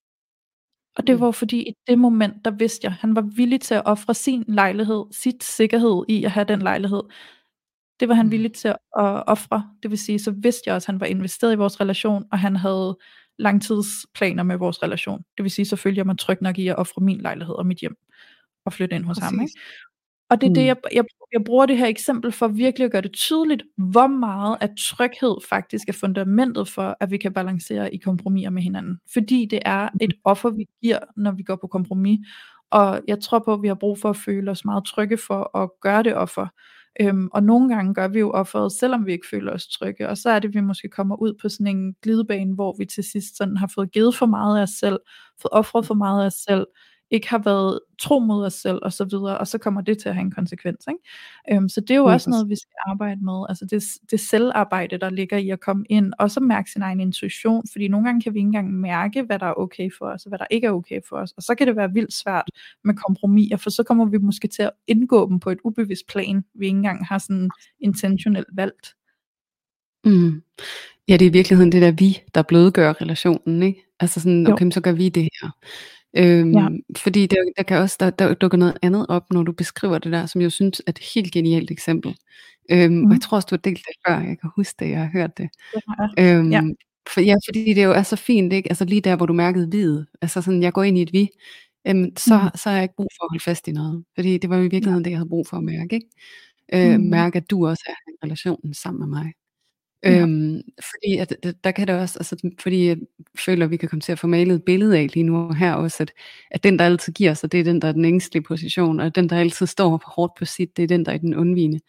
Og det var fordi i det moment, der vidste jeg, han var villig til at ofre sin lejlighed, sit sikkerhed i at have den lejlighed. Det var han villig til at ofre. Det vil sige, så vidste jeg også, at han var investeret i vores relation, og han havde langtidsplaner med vores relation. Det vil sige, så følte jeg mig tryg nok i at ofre min lejlighed og mit hjem og flytte ind hos ham. Ikke? Og det er det, jeg bruger det her eksempel for virkelig at gøre det tydeligt, hvor meget at tryghed faktisk er fundamentet for, at vi kan balancere i kompromiser med hinanden. Fordi det er et offer, vi giver, når vi går på kompromis. Og jeg tror på, at vi har brug for at føle os meget trygge for at gøre det offer. Og nogle gange gør vi jo offeret, selvom vi ikke føler os trygge, og så er det, vi måske kommer ud på sådan en glidebane, hvor vi til sidst sådan har fået givet for meget af os selv, fået offret for meget af os selv, ikke har været tro mod os selv og så videre, og så kommer det til at have en konsekvens, ikke? Så det er jo også noget, vi skal arbejde med, altså det selvarbejde, der ligger i at komme ind, og så mærke sin egen intuition, fordi nogle gange kan vi ikke engang mærke, hvad der er okay for os, og hvad der ikke er okay for os, og så kan det være vildt svært med kompromiser, for så kommer vi måske til at indgå dem på et ubevidst plan, vi ikke engang har sådan intentionelt valgt. Ja, det er i virkeligheden det der vi, der blødgør relationen, ikke? Altså sådan, okay, så gør vi det her. Fordi der kan også der dukker noget andet op, når du beskriver det der, som jeg synes er et helt genialt eksempel. Og jeg tror også, du har delt det før, jeg kan huske det, jeg har hørt det. Fordi det jo er så fint, ikke? Altså lige der, hvor du mærkede videt, altså sådan, jeg går ind i et vi, så har jeg ikke brug for at holde fast i noget, fordi det var jo i virkeligheden det, jeg havde brug for at mærke, ikke? Mærke, at du også er i relationen sammen med mig. Fordi at der kan det også, altså fordi jeg føler, at vi kan komme til at få malet et billede af lige nu her også, at den der altid giver sig, det er den der er den ængstelige position, og den der altid står hårdt på sit, det er den der er den undvigende.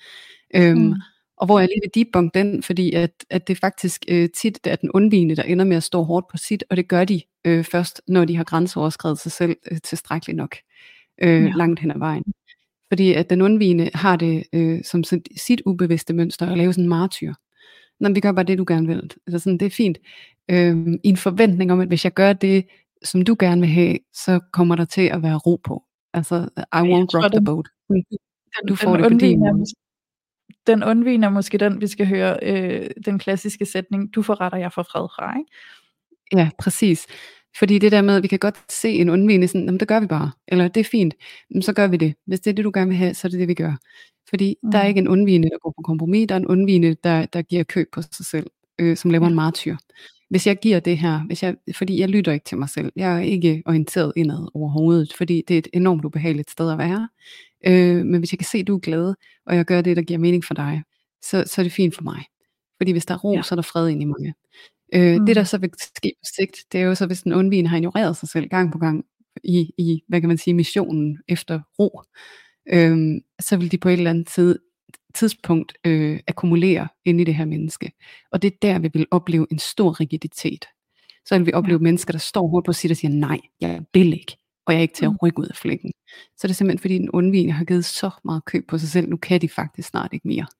Og hvor jeg lige vil debunk den, fordi at det faktisk tit er den undvigende, der ender med at stå hårdt på sit, og det gør de først, når de har grænseoverskredet sig selv tilstrækkeligt nok langt hen ad vejen. Fordi at den undvigende har det som sit ubevidste mønster at lave sådan en martyr. Nå, vi gør bare det, du gerne vil. Altså sådan, det er fint. I en forventning om, at hvis jeg gør det, som du gerne vil have, så kommer der til at være ro på. Altså, I won't rock the boat. Du får det på din måde. Den undvigende er måske den, vi skal høre den klassiske sætning, du forretter, jeg får fred fra, ikke? Ja, præcis. Fordi det der med, at vi kan godt se en undvigende, sådan, jamen, det gør vi bare. Eller det er fint, så gør vi det. Hvis det er det, du gerne vil have, så er det det, vi gør. Fordi der er ikke en undvigende, der går på kompromis, der er en undvigende, der giver køb på sig selv, som laver en martyr. Hvis jeg giver det her, fordi jeg lytter ikke til mig selv, jeg er ikke orienteret indad overhovedet, fordi det er et enormt ubehageligt sted at være, men hvis jeg kan se, at du er glad, og jeg gør det, der giver mening for dig, så er det fint for mig. Fordi hvis der er ro, så er der fred ind i mig. Det der så vil ske på sigt, det er jo så, hvis den undvigende har ignoreret sig selv gang på gang i hvad kan man sige, missionen efter ro, så vil de på et eller andet tidspunkt akkumulere inde i det her menneske. Og det er der, vi vil opleve en stor rigiditet. Så vil vi opleve mennesker, der står hårdt på sit og siger, nej, jeg vil ikke, og jeg er ikke til at rykke ud af flækken. Så det er simpelthen, fordi den undvigende har givet så meget køb på sig selv, nu kan de faktisk snart ikke mere.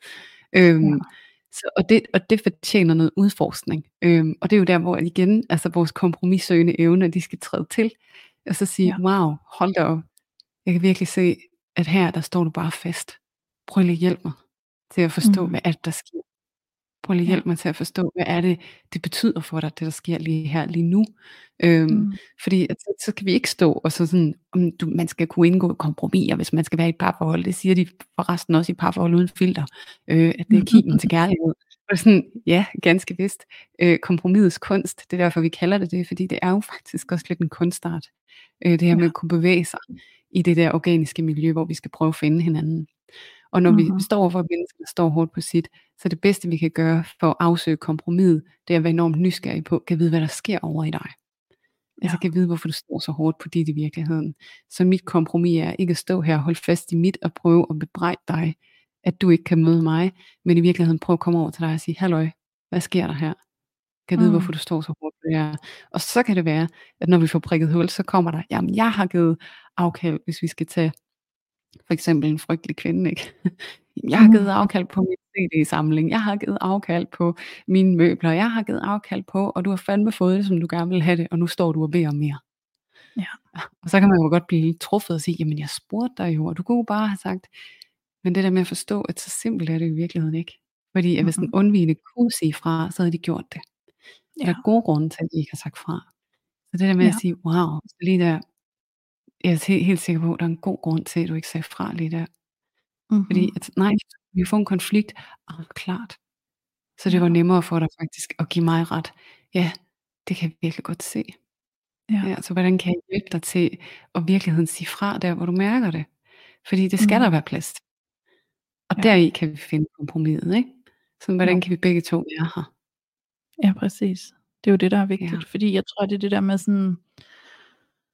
Og det fortjener noget udforskning. Og det er jo der, hvor igen, altså vores kompromissøgende evner, de skal træde til, og så sige, wow, hold da op, jeg kan virkelig se, at her, der står du bare fast. Prøv lige at hjælpe mig til at forstå, hvad er det, der sker. Prøv lige at hjælpe mig til at forstå, hvad er det, det betyder for dig, det der sker lige her, lige nu. Fordi så kan vi ikke stå, og så sådan, man skal kunne indgå kompromiser, hvis man skal være i et parforhold. Det siger de forresten også i parforhold uden filter, at det er kimen til kærlighed. Og sådan, ja, ganske vist. Kompromisets kunst, det er derfor, vi kalder det, fordi det er jo faktisk også lidt en kunstart. Det her med at kunne bevæge sig i det der organiske miljø, hvor vi skal prøve at finde hinanden. Og når vi står for mennesker, der står hårdt på sit, så det bedste vi kan gøre for at afsøge kompromis, det er at være enormt nysgerrig på, kan vide, hvad der sker over i dig. Altså kan vide, hvorfor du står så hårdt på dit i virkeligheden. Så mit kompromis er ikke at stå her og holde fast i mit og prøve at bebrejde dig, at du ikke kan møde mig, men i virkeligheden prøve at komme over til dig og sige, halløj, hvad sker der her? Kan vide, hvorfor du står så hårdt på det her. Og så kan det være, at når vi får prikket hul, så kommer der, jamen jeg har givet afkald, hvis vi skal tage for eksempel en frygtelig kvinde, ikke? Jeg har givet afkald på min CD-samling, jeg har givet afkald på mine møbler, jeg har givet afkald på, og du har fandme fået det, som du gerne vil have det, og nu står du og beder om mere. Og så kan man jo godt blive truffet og sige, jamen jeg spurgte dig jo, og du kunne bare have sagt, men det der med at forstå, at så simpelt er det i virkeligheden ikke. Fordi at hvis den undvigende kunne sige fra, så havde de gjort det. Der er gode grunde til, at de ikke har sagt fra. Så det der med at sige, wow, så lige der, jeg er helt sikker på, at der er en god grund til, at du ikke sagde fra lige der. Fordi at, nej, vi får en konflikt, klart. Så det var nemmere for dig faktisk at give mig ret. Ja, det kan jeg virkelig godt se. Så hvordan kan jeg hjælpe dig til at virkeligheden sige fra der, hvor du mærker det? Fordi det skal der være plads til. Og deri kan vi finde kompromiset, ikke? Så hvordan kan vi begge to være her? Ja, præcis. Det er jo det, der er vigtigt. Fordi jeg tror, det er det der med sådan,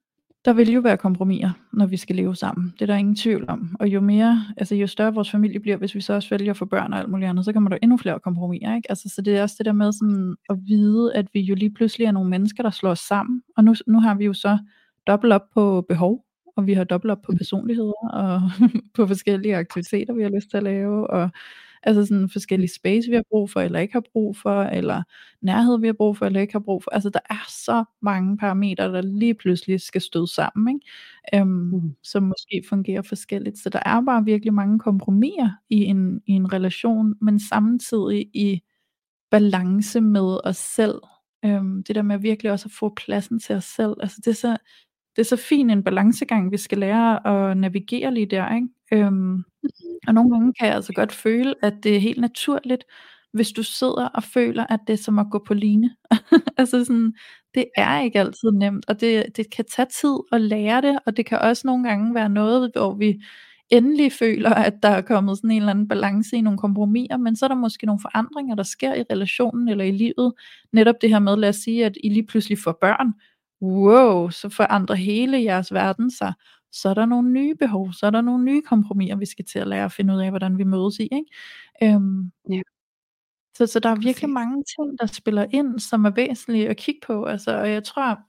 Der vil jo være kompromiser, når vi skal leve sammen. Det er der ingen tvivl om. Og jo større vores familie bliver, hvis vi så også vælger at få børn og alt muligt andet, så kommer der endnu flere kompromiser, ikke? Altså, så det er også det der med sådan at vide, at vi jo lige pludselig er nogle mennesker, der slår os sammen. Og nu har vi jo så dobbelt op på behov, og vi har dobbelt op på personligheder, og på forskellige aktiviteter, vi har lyst til at lave, og altså sådan forskellige space, vi har brug for, eller ikke har brug for, eller nærhed, vi har brug for, eller ikke har brug for. Altså, der er så mange parametre, der lige pludselig skal støde sammen, ikke? Som måske fungerer forskelligt. Så der er bare virkelig mange kompromiser i en relation, men samtidig i balance med os selv. Det der med virkelig også at få pladsen til os selv. Altså, det er så fin en balancegang, vi skal lære at navigere lige der, ikke? Og nogle gange kan jeg altså godt føle, at det er helt naturligt, hvis du sidder og føler, at det er som at gå på line. Altså sådan, det er ikke altid nemt, og det kan tage tid at lære det, og det kan også nogle gange være noget, hvor vi endelig føler, at der er kommet sådan en eller anden balance i nogle kompromiser, men så er der måske nogle forandringer, der sker i relationen eller i livet. Netop det her med, lad os sige, at I lige pludselig får børn. Wow, så forandrer hele jeres verden sig. Så er der nogle nye behov, så er der nogle nye kompromiser, vi skal til at lære at finde ud af, hvordan vi mødes i, ikke? Ja, Så der er virkelig præcis. mange ting, der spiller ind, som er væsentlige at kigge på, altså, og jeg tror,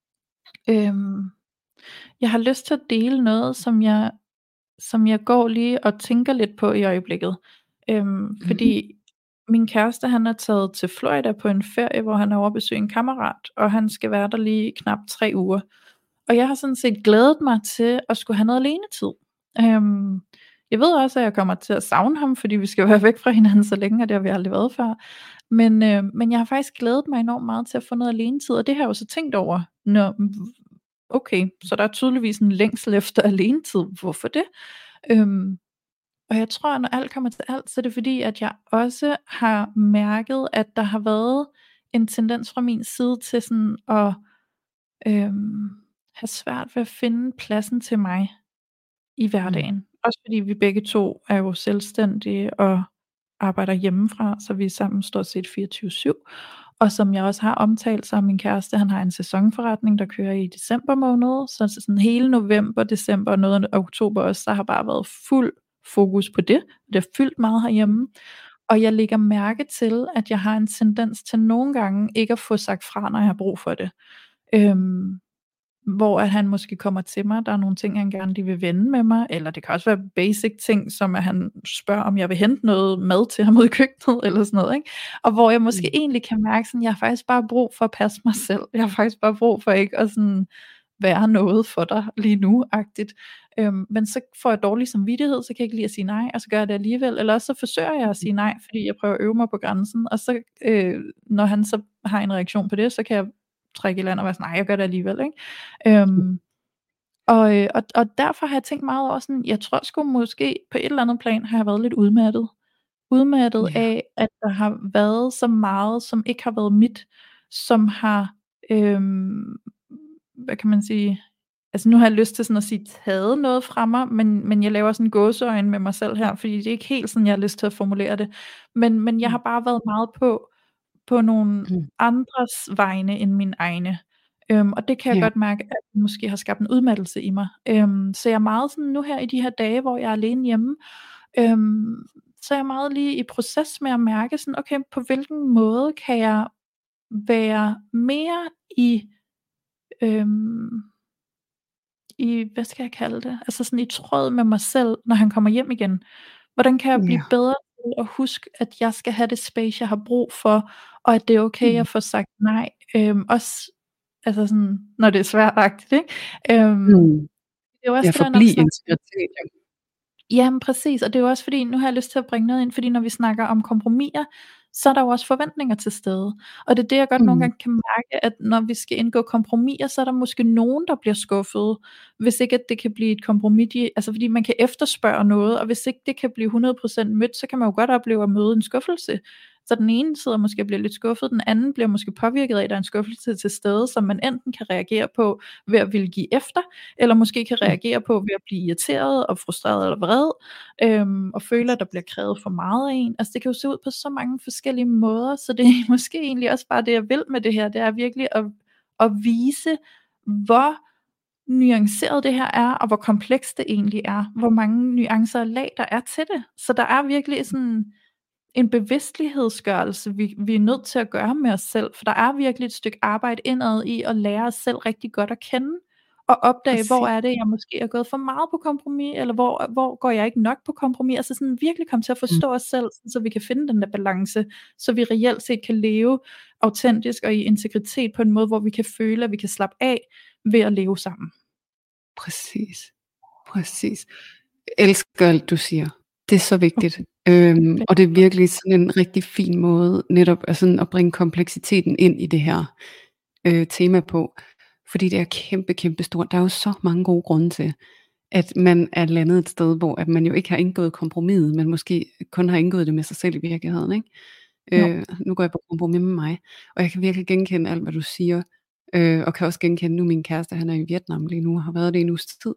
jeg har lyst til at dele noget, som jeg går lige og tænker lidt på i øjeblikket, fordi min kæreste, han er taget til Florida på en ferie, hvor han er over at besøge en kammerat, og han skal være der lige knap 3 uger. Og jeg har sådan set glædet mig til at skulle have noget alenetid. Jeg ved også, at jeg kommer til at savne ham, fordi vi skal jo være væk fra hinanden så længe, og det har vi aldrig været før. Men jeg har faktisk glædet mig enormt meget til at få noget alenetid, og det har jeg jo så tænkt over. Okay, så der er tydeligvis en længsel efter alenetid. Hvorfor det? Og jeg tror, at når alt kommer til alt, så er det fordi, at jeg også har mærket, at der har været en tendens fra min side til sådan at have svært ved at finde pladsen til mig i hverdagen. Også fordi vi begge to er jo selvstændige og arbejder hjemmefra, så vi er sammen stort set 24/7. Og som jeg også har omtalt, så har min kæreste, han har en sæsonforretning, der kører i december måned, så sådan hele november, december og noget af oktober også, så har bare været fuld fokus på det. Det har fyldt meget herhjemme. Og jeg lægger mærke til, at jeg har en tendens til nogle gange ikke at få sagt fra, når jeg har brug for det. Hvor at han måske kommer til mig, der er nogle ting, han gerne lige vil vende med mig, eller det kan også være basic ting, som at han spørger, om jeg vil hente noget mad til ham ud i køkkenet, eller sådan noget, ikke? Og hvor jeg måske egentlig kan mærke, sådan, jeg har faktisk bare brug for at passe mig selv, jeg har faktisk bare brug for ikke at sådan være noget for dig lige nu-agtigt. Men så får jeg dårlig samvittighed, så kan jeg ikke lide at sige nej, og så gør jeg det alligevel, eller også så forsøger jeg at sige nej, fordi jeg prøver at øve mig på grænsen, og så når han så har en reaktion på det, så kan jeg trække i land og være sådan, nej, jeg gør det alligevel, ikke? Og derfor har jeg tænkt meget over sådan, jeg tror sgu måske på et eller andet plan har jeg været lidt udmattet af, at der har været så meget, som ikke har været mit, som har, hvad kan man sige, altså nu har jeg lyst til sådan at sige, taget noget fra mig, men jeg laver sådan en gåseøjne med mig selv her, fordi det er ikke helt sådan, jeg har lyst til at formulere det, men jeg har bare været meget på nogle andres vegne end mine egne. Og det kan jeg godt mærke, at det måske har skabt en udmattelse i mig. Så jeg er meget sådan nu her i de her dage, hvor jeg er alene hjemme, så er jeg meget lige i proces med at mærke sådan, okay, på hvilken måde kan jeg være mere i hvad skal jeg kalde det? Altså sådan i tråd med mig selv, når han kommer hjem igen. Hvordan kan jeg blive bedre til at huske, at jeg skal have det space, jeg har brug for, og at det er okay at få sagt nej. Også altså sådan, når det er sværtagtigt, ikke? Det er jo også det, forblive integritet. Jamen præcis, og det er jo også fordi, nu har jeg lyst til at bringe noget ind, fordi når vi snakker om kompromiser, så er der jo også forventninger til stede. Og det er det, jeg godt nogle gange kan mærke, at når vi skal indgå kompromiser, så er der måske nogen, der bliver skuffet, hvis ikke at det kan blive et kompromis, altså fordi man kan efterspørge noget, og hvis ikke det kan blive 100% mødt, så kan man jo godt opleve at møde en skuffelse. Så den ene sidder måske og bliver lidt skuffet, den anden bliver måske påvirket af, at der er en skuffelse til stede, som man enten kan reagere på ved at ville give efter, eller måske kan reagere på ved at blive irriteret og frustreret eller vred, og føle, at der bliver krævet for meget af en. Altså det kan jo se ud på så mange forskellige måder, så det er måske egentlig også bare det, jeg vil med det her, det er virkelig at vise, hvor nuanceret det her er, og hvor komplekst det egentlig er, hvor mange nuancer og lag der er til det. Så der er virkelig sådan en bevidsthedsgørelse, vi er nødt til at gøre med os selv, for der er virkelig et stykke arbejde indad i at lære os selv rigtig godt at kende, og opdage, hvor Præcis. er det, jeg måske er gået for meget på kompromis, eller hvor går jeg ikke nok på kompromis, altså sådan virkelig komme til at forstå os selv, så vi kan finde den der balance, så vi reelt set kan leve autentisk og i integritet på en måde, hvor vi kan føle, at vi kan slappe af ved at leve sammen. Præcis. Præcis. Jeg elsker alt du siger. Det er så vigtigt. Og det er virkelig sådan en rigtig fin måde netop at bringe kompleksiteten ind i det her tema på. Fordi det er kæmpe, kæmpe stort. Der er jo så mange gode grunde til, at man er landet et sted, hvor at man jo ikke har indgået kompromiset, men måske kun har indgået det med sig selv i virkeligheden. Ikke? Nu går jeg på kompromis med mig, og jeg kan virkelig genkende alt, hvad du siger, og kan også genkende nu min kæreste, han er i Vietnam lige nu, og har været det i en uges tid.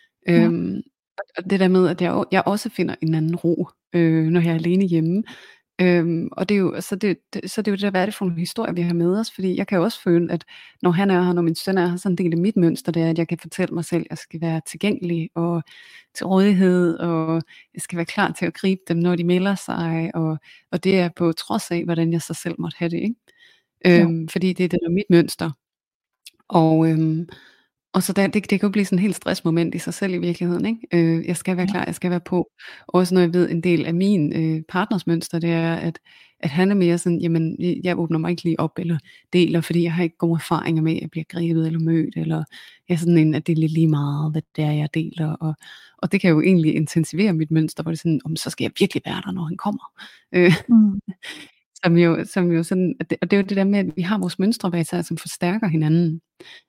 Og det der med, at jeg også finder en anden ro, når jeg er alene hjemme. Og det er jo, så det er jo det der, hvad er det for en historie, vi har med os, fordi jeg kan jo også føle, at når han er her, når min søn er her, så en del af mit mønster, det er, at jeg kan fortælle mig selv, at jeg skal være tilgængelig og til rådighed, og jeg skal være klar til at gribe dem, når de melder sig, og det er på trods af, hvordan jeg så selv måtte have det, ikke? Fordi det er det der mit mønster. Og så det kan jo blive sådan en helt stressmoment i sig selv i virkeligheden, ikke? Jeg skal være klar, jeg skal være på. Også når jeg ved, en del af min partners mønster, det er, at han er mere sådan, jamen, jeg åbner mig ikke lige op, eller deler, fordi jeg har ikke gode erfaringer med, at jeg bliver grebet eller mødt, eller jeg er sådan en, at det er lidt lige meget, hvad det er, jeg deler. Og det kan jo egentlig intensivere mit mønster, hvor det er sådan, så skal jeg virkelig være der, når han kommer. Som jo sådan, og det er jo det der med, at vi har vores mønstre bag sig, som forstærker hinanden.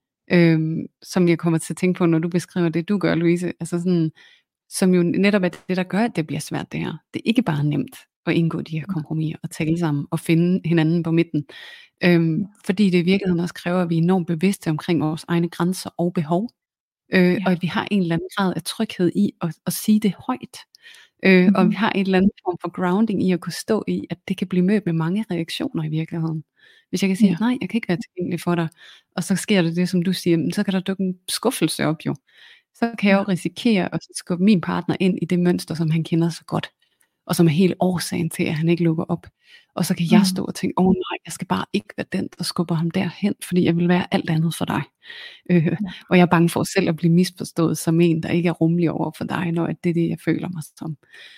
Som jeg kommer til at tænke på, når du beskriver det, du gør, Louise, altså sådan, som jo netop er det, der gør, at det bliver svært det her. Det er ikke bare nemt at indgå de her kompromiser og tale sammen og finde hinanden på midten. Fordi det i virkeligheden også kræver, at vi er enormt bevidste omkring vores egne grænser og behov. Og at vi har en eller anden grad af tryghed i at sige det højt. Og vi har en eller anden form for grounding i at kunne stå i, at det kan blive mødt med mange reaktioner i virkeligheden. Hvis jeg kan sige, nej, jeg kan ikke være tilgængelig for dig, og så sker det som du siger, så kan der dukke en skuffelse op jo. Så kan jeg jo risikere at skubbe min partner ind i det mønster, som han kender så godt, og som er hele årsagen til, at han ikke lukker op. Og så kan jeg stå og tænke, nej, jeg skal bare ikke være den, der skubber ham derhen, fordi jeg vil være alt andet for dig. Og jeg er bange for selv at blive misforstået som en, der ikke er rummelig over for dig, når det er det, jeg føler mig som.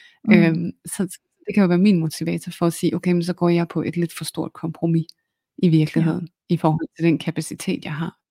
Så det kan jo være min motivator for at sige, okay, men så går jeg på et lidt for stort kompromis i virkeligheden, i forhold til den kapacitet, jeg har.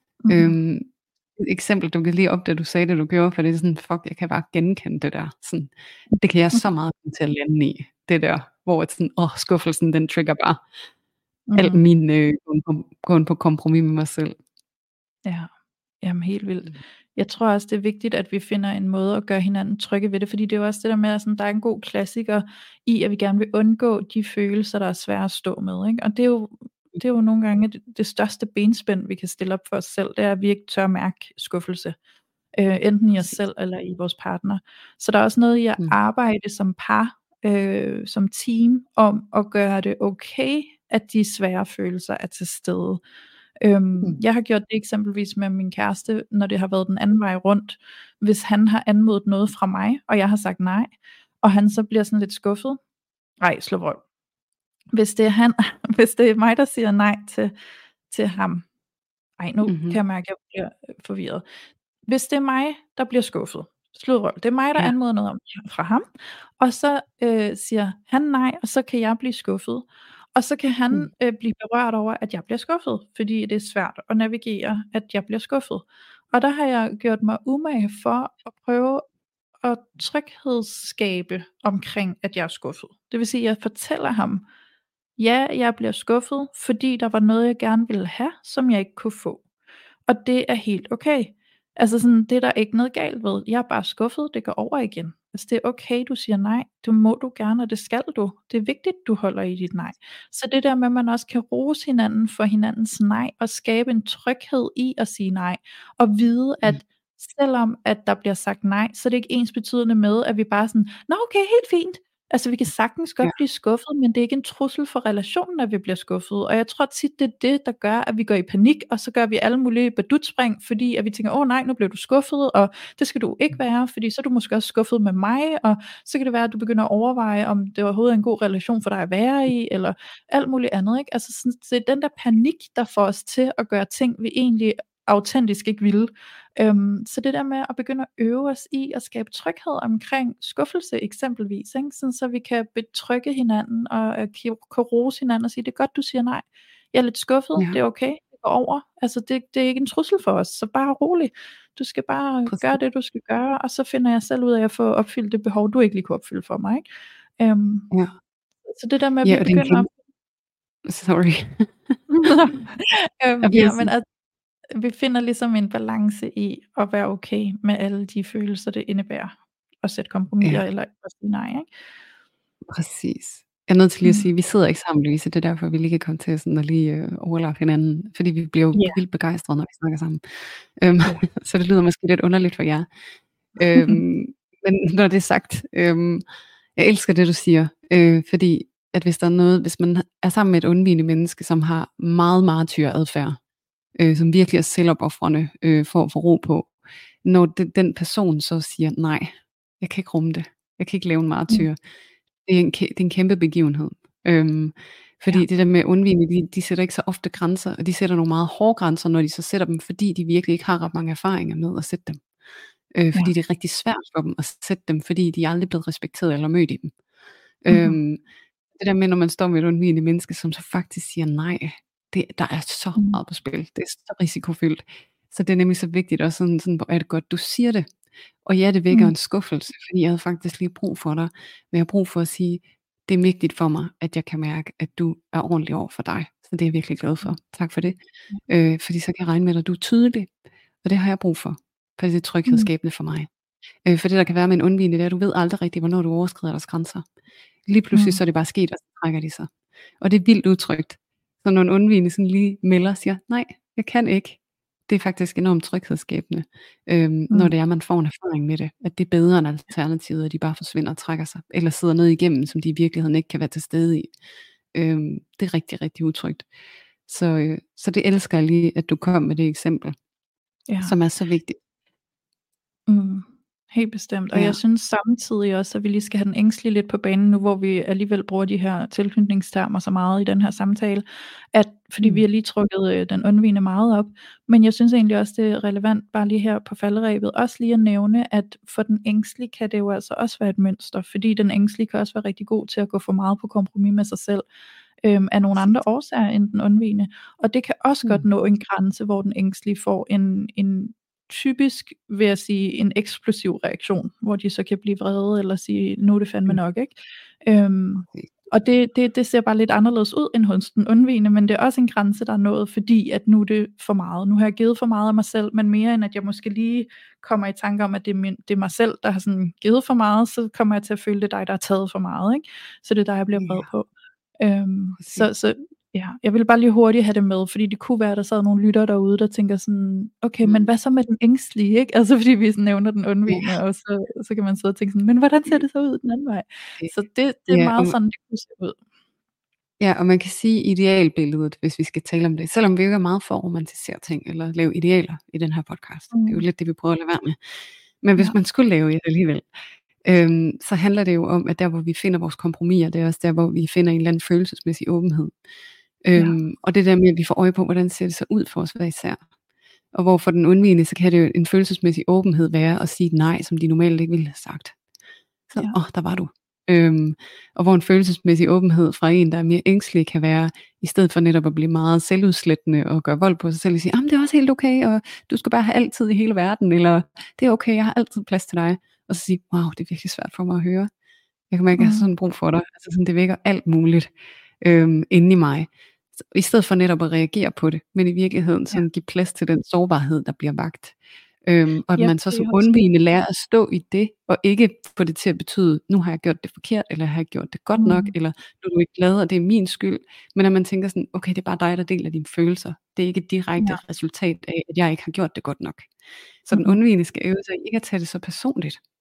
Et eksempel, du kan lige op, da du sagde det, du gjorde, for det er sådan, fuck, jeg kan bare genkende det der. Sådan, det kan jeg så meget til at lande i, det der, hvor sådan, skuffelsen, den trigger bare alt min gåen på kompromis med mig selv. Ja, jamen helt vildt. Jeg tror også, det er vigtigt, at vi finder en måde at gøre hinanden trygge ved det, fordi det er jo også det der med, at sådan, der er en god klassiker i, at vi gerne vil undgå de følelser, der er svære at stå med, ikke? Og det er jo nogle gange det største benspænd, vi kan stille op for os selv, det er, at vi ikke tør mærke skuffelse, enten i os selv eller i vores partner. Så der er også noget i at arbejde som par, som team, om at gøre det okay, at de svære følelser er til stede. Jeg har gjort det eksempelvis med min kæreste, når det har været den anden vej rundt. Hvis han har anmodet noget fra mig, og jeg har sagt nej, og han så bliver sådan lidt skuffet, slå røv. Hvis det er mig, der siger nej til ham, nu kan jeg mærke, at jeg bliver forvirret. Hvis det er mig, der bliver skuffet, slå røv. Det er mig, der anmoder noget om fra ham, og så siger han nej, og så kan jeg blive skuffet. Og så kan han blive berørt over, at jeg bliver skuffet, fordi det er svært at navigere, at jeg bliver skuffet. Og der har jeg gjort mig umage for at prøve at tryghedsskabe omkring, at jeg er skuffet. Det vil sige, at jeg fortæller ham, jeg bliver skuffet, fordi der var noget, jeg gerne ville have, som jeg ikke kunne få. Og det er helt okay. Altså sådan, det er der ikke noget galt ved. Jeg er bare skuffet, det går over igen. Altså det er okay, du siger nej. Det må du gerne, og det skal du. Det er vigtigt, du holder i dit nej. Så det der med, at man også kan rose hinanden for hinandens nej, og skabe en tryghed i at sige nej, og vide, at selvom at der bliver sagt nej, så er det ikke ensbetydende med, at vi bare sådan, okay, helt fint. Altså vi kan sagtens godt Ja, blive skuffet, men det er ikke en trussel for relationen, at vi bliver skuffet. Og jeg tror tit, det er det, der gør, at vi går i panik, og så gør vi alle mulige badutspring, fordi at vi tænker, åh nej, nu bliver du skuffet, og det skal du ikke være, fordi så er du måske også skuffet med mig, og så kan det være, at du begynder at overveje, om det overhovedet er en god relation for dig at være i, eller alt muligt andet, ikke? Altså sådan, det er den der panik, der får os til at gøre ting, vi egentlig autentisk ikke ville. Så det der med at begynde at øve os i at skabe tryghed omkring skuffelse eksempelvis, ikke? Sådan, så vi kan betrygge hinanden og kan rose hinanden og sige, det er godt, du siger nej. Jeg er lidt skuffet, ja, det er okay, det går over. Altså det er ikke en trussel for os, så bare rolig. Du skal bare gøre præcis. det, du skal gøre, og så finder jeg selv ud af at få opfyldt det behov, du ikke lige kunne opfylde for mig. Ikke? Ja, Så det der med, at vi ja, og den begynder kæmpe, sorry. Jeg bliver ja, men sådan, at vi finder ligesom en balance i at være okay med alle de følelser, det indebærer at sætte kompromiser ja, eller at sige nej, ikke? præcis. Jeg er nødt til lige at Mm. sige, vi sidder ikke sammen, Louise, det er derfor, vi lige kan komme til sådan at lige overlappe hinanden, fordi vi bliver jo Ja, vildt begejstrede, når vi snakker sammen. Øhm, ja. så det lyder måske lidt underligt for jer. Men når det er sagt, jeg elsker det, du siger, fordi at hvis der er noget, hvis man er sammen med et undvigende menneske, som har meget martyradfærd, som virkelig er selvopofrende for at få ro på, når den person så siger, nej, jeg kan ikke rumme det, jeg kan ikke lave en Mm. martyr, det er en kæmpe begivenhed. Ja, Fordi det der med undvigende, de sætter ikke så ofte grænser, og de sætter nogle meget hårde grænser, når de så sætter dem, fordi de virkelig ikke har ret mange erfaringer med at sætte dem. ja. Fordi det er rigtig svært for dem at sætte dem, fordi de er aldrig blevet respekteret eller mødt i dem. Mhm. Øhm, det der med, når man står med et undvigende menneske, som så faktisk siger nej, der er så Mm. meget på spil. Det er så risikofyldt. Så det er nemlig så vigtigt, og sådan, hvor er det godt, du siger det. Og ja, det vækker Mm. en skuffelse, fordi jeg havde faktisk lige brug for dig, men jeg har brug for at sige, det er vigtigt for mig, at jeg kan mærke, at du er ordentlig over for dig. Så det er jeg virkelig glad for. Tak for det. Fordi så kan jeg regne med dig, du er tydelig. Og det har jeg brug for. For det er Mm. tryghedsskabende for mig. For det der kan være med en undvigende, det er, at du ved aldrig rigtigt, hvornår du overskrider deres grænser. Lige pludselig Mm. så er det bare sket, og så trækker de sig. Og det er vildt utrygt. Så når en undvigende sådan lige melder og siger, nej, jeg kan ikke. Det er faktisk enormt tryghedsskabende, når Mm. det er, man får en erfaring med det. At det er bedre end alternativet, at de bare forsvinder og trækker sig. Eller sidder ned igennem, som de i virkeligheden ikke kan være til stede i. Det er rigtig, rigtig utrygt. Så det elsker jeg lige, at du kom med det eksempel, Ja. som er så vigtigt. Mm. Helt bestemt. Og Ja. jeg synes samtidig også, at vi lige skal have den ængstlige lidt på banen nu, hvor vi alligevel bruger de her tilknytningstermer så meget i den her samtale, at fordi vi har lige trukket den undvigende meget op, men jeg synes egentlig også, det er relevant bare lige her på falderebet, også lige at nævne, at for den ængstlige kan det jo altså også være et mønster, fordi den ængstlige kan også være rigtig god til at gå for meget på kompromis med sig selv, af nogle andre årsager end den undvigende. Og det kan også godt nå en grænse, hvor den ængstlige får en typisk, vil jeg sige, en eksplosiv reaktion, hvor de så kan blive vrede, eller sige, nu er det fandme nok, ikke? Og det ser bare lidt anderledes ud end hos den undvigende, men det er også en grænse, der er nået, fordi at nu er det for meget. Nu har jeg givet for meget af mig selv, men mere end at jeg måske lige kommer i tanke om, at det er mig selv, der har sådan givet for meget, så kommer jeg til at føle, det er dig, der har taget for meget, ikke? Så det er dig, jeg bliver vred på. Så ja, jeg vil bare lige hurtigt have det med, fordi det kunne være, der sad nogle lyttere derude, der tænker sådan, okay, men hvad så med den ængstlige, ikke? Altså fordi vi sådan nævner den undvigende, og så kan man sidde og tænke sådan, men hvordan ser det så ud den anden vej? Så det er Ja, meget sådan, det kunne se ud. ja, og man kan sige idealbilledet, hvis vi skal tale om det, selvom vi ikke er meget for at romantisere ting, eller lave idealer i den her podcast. Det er jo lidt det, vi prøver at lade være med. Men hvis man skulle lave det alligevel, så handler det jo om, at der, hvor vi finder vores kompromiser, det er også der, hvor vi finder en eller anden følelsesmæssig åbenhed. Og det der med, at vi får øje på, hvordan ser det så ud for os hver især. Og hvor for den undvigende, så kan det jo en følelsesmæssig åbenhed være at sige nej, som de normalt ikke ville have sagt. Så, der var du. Og hvor en følelsesmæssig åbenhed fra en, der er mere ængstelig, kan være, i stedet for netop at blive meget selvudslættende og gøre vold på sig selv, og sige, det er også helt okay, og du skal bare have altid i hele verden, eller det er okay, jeg har altid plads til dig. Og så sige, wow, det er virkelig svært for mig at høre. Jeg kan mærke, at jeg har sådan brug for dig. Altså sådan, det vækker alt muligt inde i mig. Så, i stedet for netop at reagere på det, men i virkeligheden sådan give plads til den sårbarhed, der bliver vakt. Og at man så som undvigende lærer at stå i det, og ikke få det til at betyde, nu har jeg gjort det forkert, eller har jeg gjort det godt nok, eller nu er du ikke glad, og det er min skyld. Men at man tænker sådan, okay, det er bare dig, der deler dine følelser. Det er ikke et direkte resultat af, at jeg ikke har gjort det godt nok. Så den undvigende skal øve sig ikke at tage det så personligt.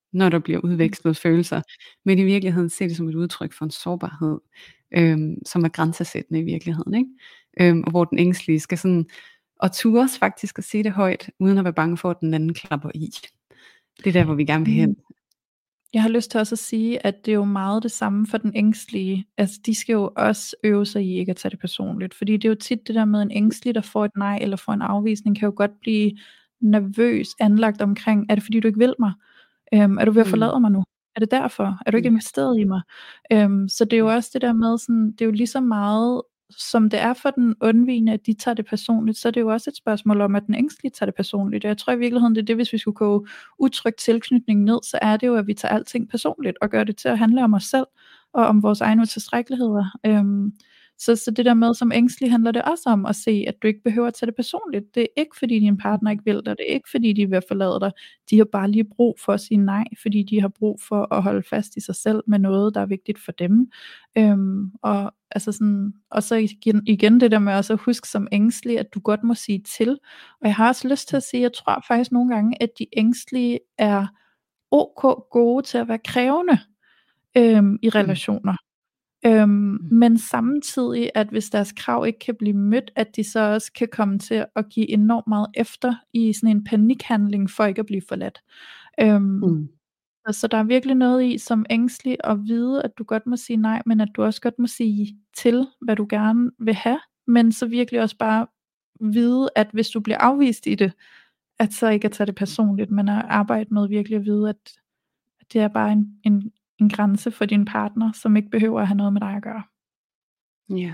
når der bliver udvekslet følelser, men i virkeligheden se det som et udtryk for en sårbarhed, som er grænsesættende i virkeligheden, ikke? Og hvor den ængstelige skal sådan, og tures faktisk at sige det højt, uden at være bange for, at den anden klapper i. Det er der, hvor vi gerne vil hen. Jeg har lyst til også at sige, at det er jo meget det samme for den ængstlige. Altså, de skal jo også øve sig i ikke at tage det personligt. Fordi det er jo tit det der med en ængstelig, der får et nej eller får en afvisning, kan jo godt blive nervøs anlagt omkring, er det fordi du ikke vil mig? Er du ved at forlade mig nu? Er det derfor? Er du ikke investeret i mig? Så det er jo også det der med, sådan, det er jo lige så meget, som det er for den undvigende, at de tager det personligt, så er det jo også et spørgsmål om, at den ængstlige tager det personligt. Og jeg tror i virkeligheden, det er det, hvis vi skulle gå utrygt tilknytning ned, så er det jo, at vi tager alting personligt, og gør det til at handle om os selv, og om vores egne utilstrækkeligheder. Så det der med, som ængstelig, handler det også om at se, at du ikke behøver at tage det personligt. Det er ikke fordi din partner ikke vil dig, det er ikke fordi de er ved at forlade dig. De har bare lige brug for at sige nej, fordi de har brug for at holde fast i sig selv med noget, der er vigtigt for dem. Og altså sådan, og så igen det der med også at huske som ængstelig, at du godt må sige til. Og jeg har også lyst til at sige, jeg tror faktisk nogle gange, at de ængstlige er ok gode til at være krævende i relationer. Men samtidig, at hvis deres krav ikke kan blive mødt, at de så også kan komme til at give enormt meget efter i sådan en panikhandling for ikke at blive forladt. Så der er virkelig noget i som ængstelig at vide, at du godt må sige nej, men at du også godt må sige til, hvad du gerne vil have, men så virkelig også bare vide, at hvis du bliver afvist i det, at så ikke at tage det personligt, men at arbejde med virkelig at vide, at det er bare en grænse for din partner, som ikke behøver at have noget med dig at gøre. Ja.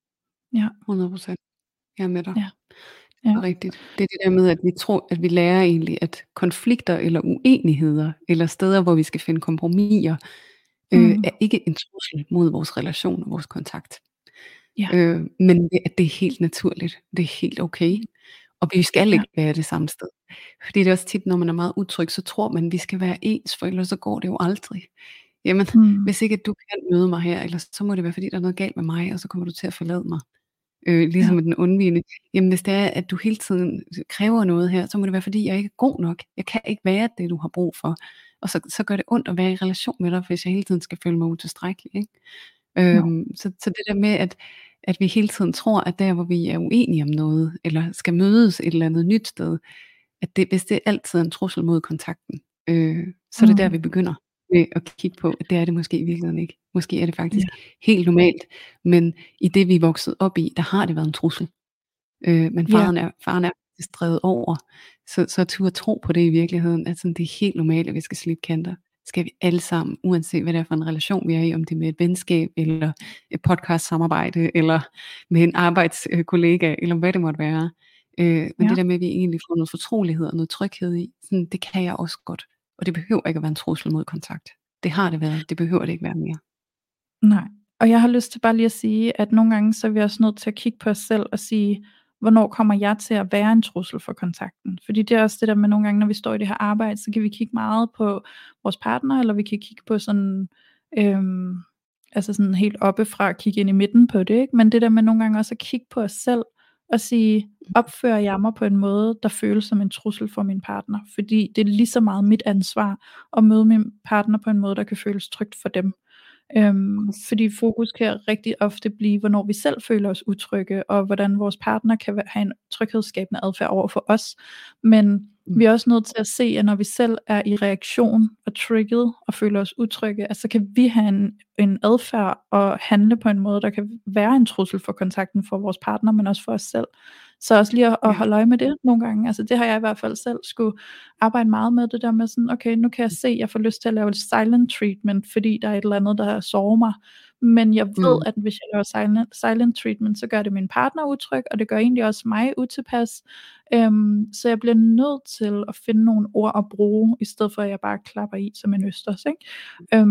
100%. Jeg er med dig. Ja. Det er rigtigt. Det er det der med, at vi tror, at vi lærer egentlig, at konflikter eller uenigheder, eller steder, hvor vi skal finde kompromiser, er ikke en trussel mod vores relation og vores kontakt. Men at det er helt naturligt. Det er helt okay. Og vi skal ikke være det samme sted. Fordi det er også tit, når man er meget utryg, så tror man, at vi skal være ens, for ellers så går det jo aldrig. Jamen, hvis ikke at du kan møde mig her, ellers så må det være, fordi der er noget galt med mig, og så kommer du til at forlade mig. Ligesom med den undvigende. Jamen, hvis det er, at du hele tiden kræver noget her, så må det være, fordi jeg ikke er god nok. Jeg kan ikke være det, du har brug for. Og så gør det ondt at være i relation med dig, hvis jeg hele tiden skal føle mig utilstrækkelig. Ikke? Så det der med, at vi hele tiden tror, at der, hvor vi er uenige om noget, eller skal mødes et eller andet nyt sted, at hvis det altid er en trussel mod kontakten, så er det der, vi begynder med at kigge på, at det er det måske i virkeligheden ikke. Måske er det faktisk helt normalt, men i det, vi er vokset op i, der har det været en trussel. Men faren er faktisk drevet over. Så turde tro på det i virkeligheden, at sådan, det er helt normalt, at vi skal slippe kanter. Skal vi alle sammen, uanset hvad det er for en relation, vi er i, om det er med et venskab, eller et podcast samarbejde, eller med en arbejdskollega, eller hvad det måtte være. Men det der med, at vi egentlig får noget fortrolighed og noget tryghed i, sådan, det kan jeg også godt. Og det behøver ikke at være en trussel mod kontakt. Det har det været, det behøver det ikke være mere. Nej, og jeg har lyst til bare lige at sige, at nogle gange så er vi også nødt til at kigge på os selv og sige, hvornår kommer jeg til at være en trussel for kontakten? Fordi det er også det der med nogle gange, når vi står i det her arbejde, så kan vi kigge meget på vores partner, eller vi kan kigge på sådan, altså sådan helt oppefra at kigge ind i midten på det, ikke? Men det der med nogle gange også at kigge på os selv, og sige, opfører jeg mig på en måde, der føles som en trussel for min partner? Fordi det er lige så meget mit ansvar, at møde min partner på en måde, der kan føles trygt for dem. Fordi fokus kan rigtig ofte blive, hvornår vi selv føler os utrygge, og hvordan vores partner kan have en tryghedsskabende adfærd over for os. Men vi er også nødt til at se, at når vi selv er i reaktion og trigget og føler os utrygge, at så kan vi have en adfærd og handle på en måde, der kan være en trussel for kontakten for vores partner, men også for os selv. Så også lige at holde øje med det nogle gange. Altså det har jeg i hvert fald selv skulle arbejde meget med, det der med sådan, okay, nu kan jeg se, at jeg får lyst til at lave et silent treatment, fordi der er et eller andet, der sårer mig. Men jeg ved, at hvis jeg laver silent treatment, så gør det min partner utryg, og det gør egentlig også mig utilpas. Så jeg bliver nødt til at finde nogle ord at bruge, i stedet for at jeg bare klapper i som en østers, ikke?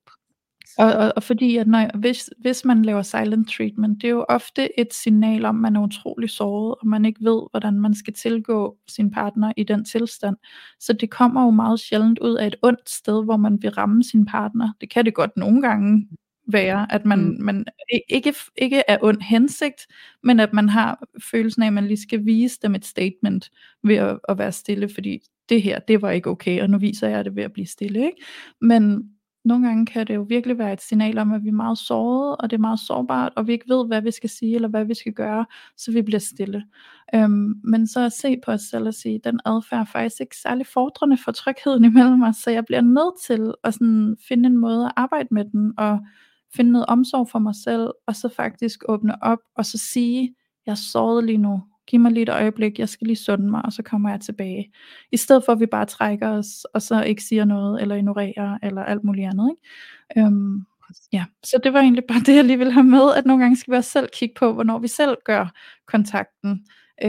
Og fordi at hvis man laver silent treatment, det er jo ofte et signal om, at man er utrolig såret, og man ikke ved, hvordan man skal tilgå sin partner i den tilstand. Så det kommer jo meget sjældent ud af et ondt sted, hvor man vil ramme sin partner. Det kan det godt nogle gange, være, at man ikke er ond hensigt, men at man har følelsen af, at man lige skal vise dem et statement ved at være stille, fordi det her, det var ikke okay, og nu viser jeg det ved at blive stille, ikke? Men nogle gange kan det jo virkelig være et signal om, at vi er meget sårede, og det er meget sårbart, og vi ikke ved, hvad vi skal sige, eller hvad vi skal gøre, så vi bliver stille. Men så at se på os selv og sige, den adfærd er faktisk ikke særlig fordrende for trygheden imellem os, så jeg bliver nødt til at sådan finde en måde at arbejde med den, og finde noget omsorg for mig selv, og så faktisk åbne op, og så sige, jeg er såret lige nu, giv mig lige et øjeblik, jeg skal lige sunde mig, og så kommer jeg tilbage. I stedet for at vi bare trækker os, og så ikke siger noget, eller ignorerer, eller alt muligt andet, ikke? Ja, så det var egentlig bare det, jeg lige ville have med, at nogle gange skal vi også selv kigge på, hvornår vi selv gør kontakten,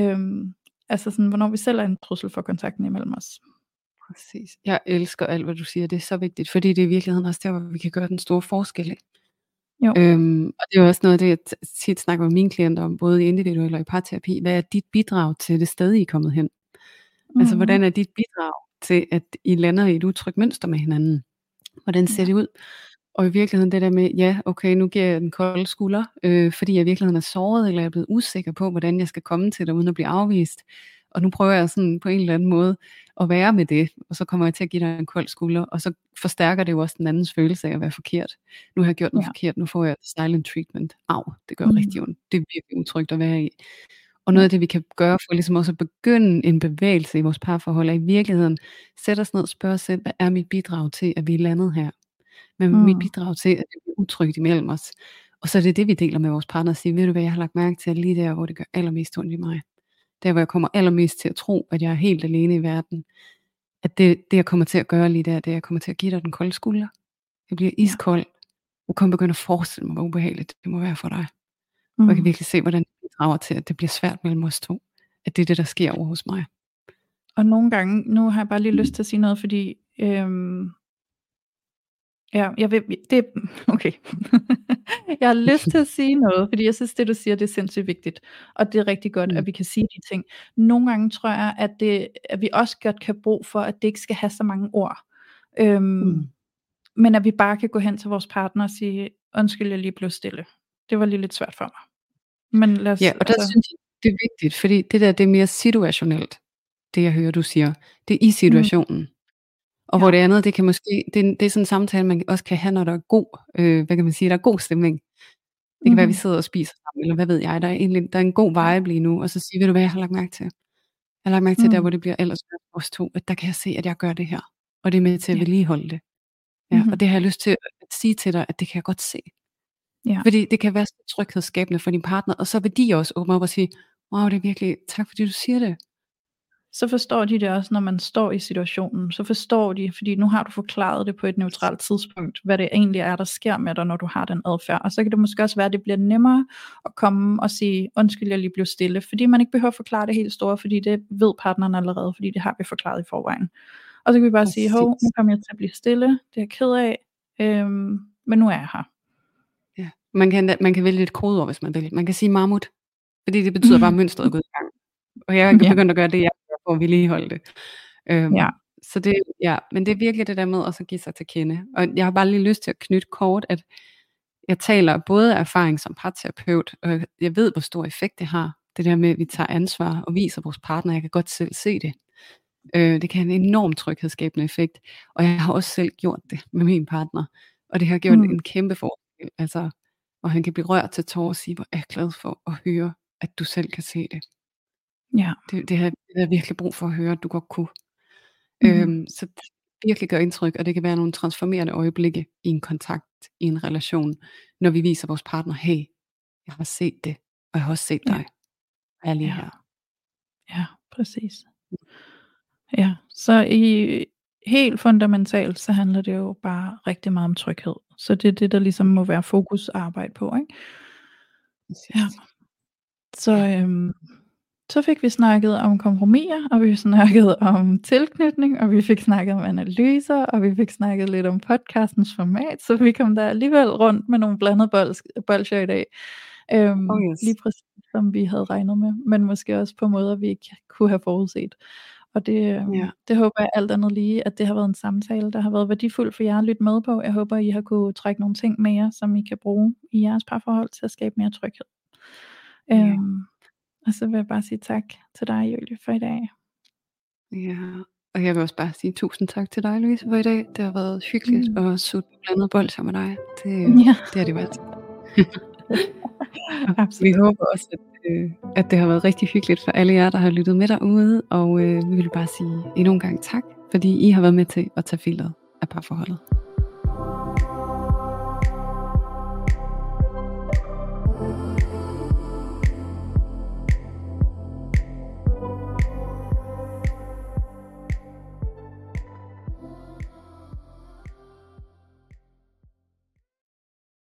altså sådan, hvornår vi selv er en trussel for kontakten imellem os. Præcis. Jeg elsker alt, hvad du siger. Det er så vigtigt, fordi det er i virkeligheden også der, hvor vi kan gøre den store forskel. Jo. Og det er jo også noget af det, jeg tit snakker med mine klienter om, både i individuel og i parterapi. Hvad er dit bidrag til det sted, I er kommet hen? Altså, hvordan er dit bidrag til, at I lander i et utrygt mønster med hinanden? Hvordan ser det ud? Og i virkeligheden det der med, ja, okay, nu giver jeg den kolde skulder, fordi jeg i virkeligheden er såret, eller jeg er blevet usikker på, hvordan jeg skal komme til dig, uden at blive afvist. Og nu prøver jeg sådan på en eller anden måde at være med det, og så kommer jeg til at give dig en kold skulder, og så forstærker det jo også den andens følelse af at være forkert. Nu har jeg gjort noget forkert, nu får jeg silent treatment. Au, det gør rigtig ondt. Det er virkelig utrygt at være i. Og noget af det, vi kan gøre for ligesom også at begynde en bevægelse i vores parforhold, er i virkeligheden sætte os ned og spørge os selv, hvad er mit bidrag til, at vi er landet her? Hvad er mit bidrag til, at det bliver utrygt imellem os? Og så er det det, vi deler med vores partner og siger, ved du hvad, jeg har lagt mærke til, at lige der, hvor det gør allermest ondt i mig, der hvor jeg kommer allermest til at tro, at jeg er helt alene i verden, at det jeg kommer til at gøre lige der, det jeg kommer til at give dig den kolde skulder. Jeg bliver iskold. Jeg kommer begynde at forestille mig, hvor ubehageligt det må være for dig. Og jeg kan virkelig se, hvordan det bidrager til, at det bliver svært mellem os to. At det er det, der sker over hos mig. Og nogle gange, nu har jeg bare lige lyst til at sige noget, fordi jeg vil, det, okay. Jeg har lyst til at sige noget, fordi jeg synes, det du siger, det er sindssygt vigtigt. Og det er rigtig godt, at vi kan sige de ting. Nogle gange tror jeg, at vi også godt kan bruge for, at det ikke skal have så mange ord. Men at vi bare kan gå hen til vores partner og sige, undskyld, jeg lige blev stille. Det var lige lidt svært for mig. Men lad os, og der synes jeg, det er vigtigt, fordi det der, det er mere situationelt, det jeg hører, du siger. Det er i situationen. Og hvor det andet, det kan måske, det er sådan en samtale, man også kan have, når der er god, hvad kan man sige, der er god stemning. Det kan være, at vi sidder og spiser sammen, eller hvad ved jeg, der er en god vibe lige nu, og så siger, ved du hvad, jeg har lagt mærke til? Jeg har lagt mærke til der, hvor det bliver allersvært for os to, at der kan jeg se, at jeg gør det her, og det er med til at vedligeholde det. Ja, og det har jeg lyst til at sige til dig, at det kan jeg godt se. Ja. Fordi det kan være så tryghedsskabende for din partner, og så vil de også åbne op og sige, wow, det er virkelig, tak fordi du siger det. Så forstår de det også, når man står i situationen. Så forstår de, fordi nu har du forklaret det på et neutralt tidspunkt, hvad det egentlig er, der sker med dig, når du har den adfærd. Og så kan det måske også være, at det bliver nemmere at komme og sige, undskyld, jeg lige blev stille. Fordi man ikke behøver at forklare det helt store, fordi det ved partneren allerede, fordi det har vi forklaret i forvejen. Og så kan vi bare sige, hov, nu kommer jeg til at blive stille, det er jeg ked af, men nu er jeg her. Ja. Man kan vælge et kodeord, hvis man vil. Man kan sige mammut, fordi det betyder bare, at mønstret er gået i gang. Og jeg kan begynde at gøre det, jeg gør for at vedligeholde det. Så det, men det er virkelig det der med at så give sig til kende. Og jeg har bare lige lyst til at knytte kort, at jeg taler både af erfaring som parterapeut, og jeg ved, hvor stor effekt det har. Det der med, at vi tager ansvar og viser vores partner, jeg kan godt selv se det. Det kan have en enorm tryghedsskabende effekt. Og jeg har også selv gjort det med min partner. Og det har gjort en kæmpe forskel. Altså, og han kan blive rørt til tårer og sige, hvor er jeg glad for at høre, at du selv kan se det. Ja. Det har jeg virkelig brug for at høre, at du godt kunne. Så det virkelig gør indtryk, og det kan være nogle transformerende øjeblikke i en kontakt, i en relation, når vi viser vores partner, hey, jeg har set det, og jeg har også set dig. Jeg er lige her. Ja, præcis. Ja, så helt fundamentalt, så handler det jo bare rigtig meget om tryghed. Så det er det, der ligesom må være fokusarbejde på, ikke? Ja. Så fik vi snakket om kompromiser, og vi snakket om tilknytning, og vi fik snakket om analyser, og vi fik snakket lidt om podcastens format, så vi kom der alligevel rundt med nogle blandede bolsjer i dag. Lige præcis som vi havde regnet med, men måske også på måder, vi ikke kunne have forudset. Og det håber jeg alt andet lige, at det har været en samtale, der har været værdifuld for jer at lytte med på. Jeg håber, I har kunne trække nogle ting med jer, som I kan bruge i jeres parforhold til at skabe mere tryghed. Og så vil jeg bare sige tak til dig, Julie, for i dag. Ja, og jeg vil også bare sige tusind tak til dig, Louise, for i dag. Det har været hyggeligt og sutte blandet bolsjer med dig. Det har det været. Vi håber også, at det har været rigtig hyggeligt for alle jer, der har lyttet med derude. Og vi vil bare sige endnu en gang tak, fordi I har været med til at tage filteret af parforholdet.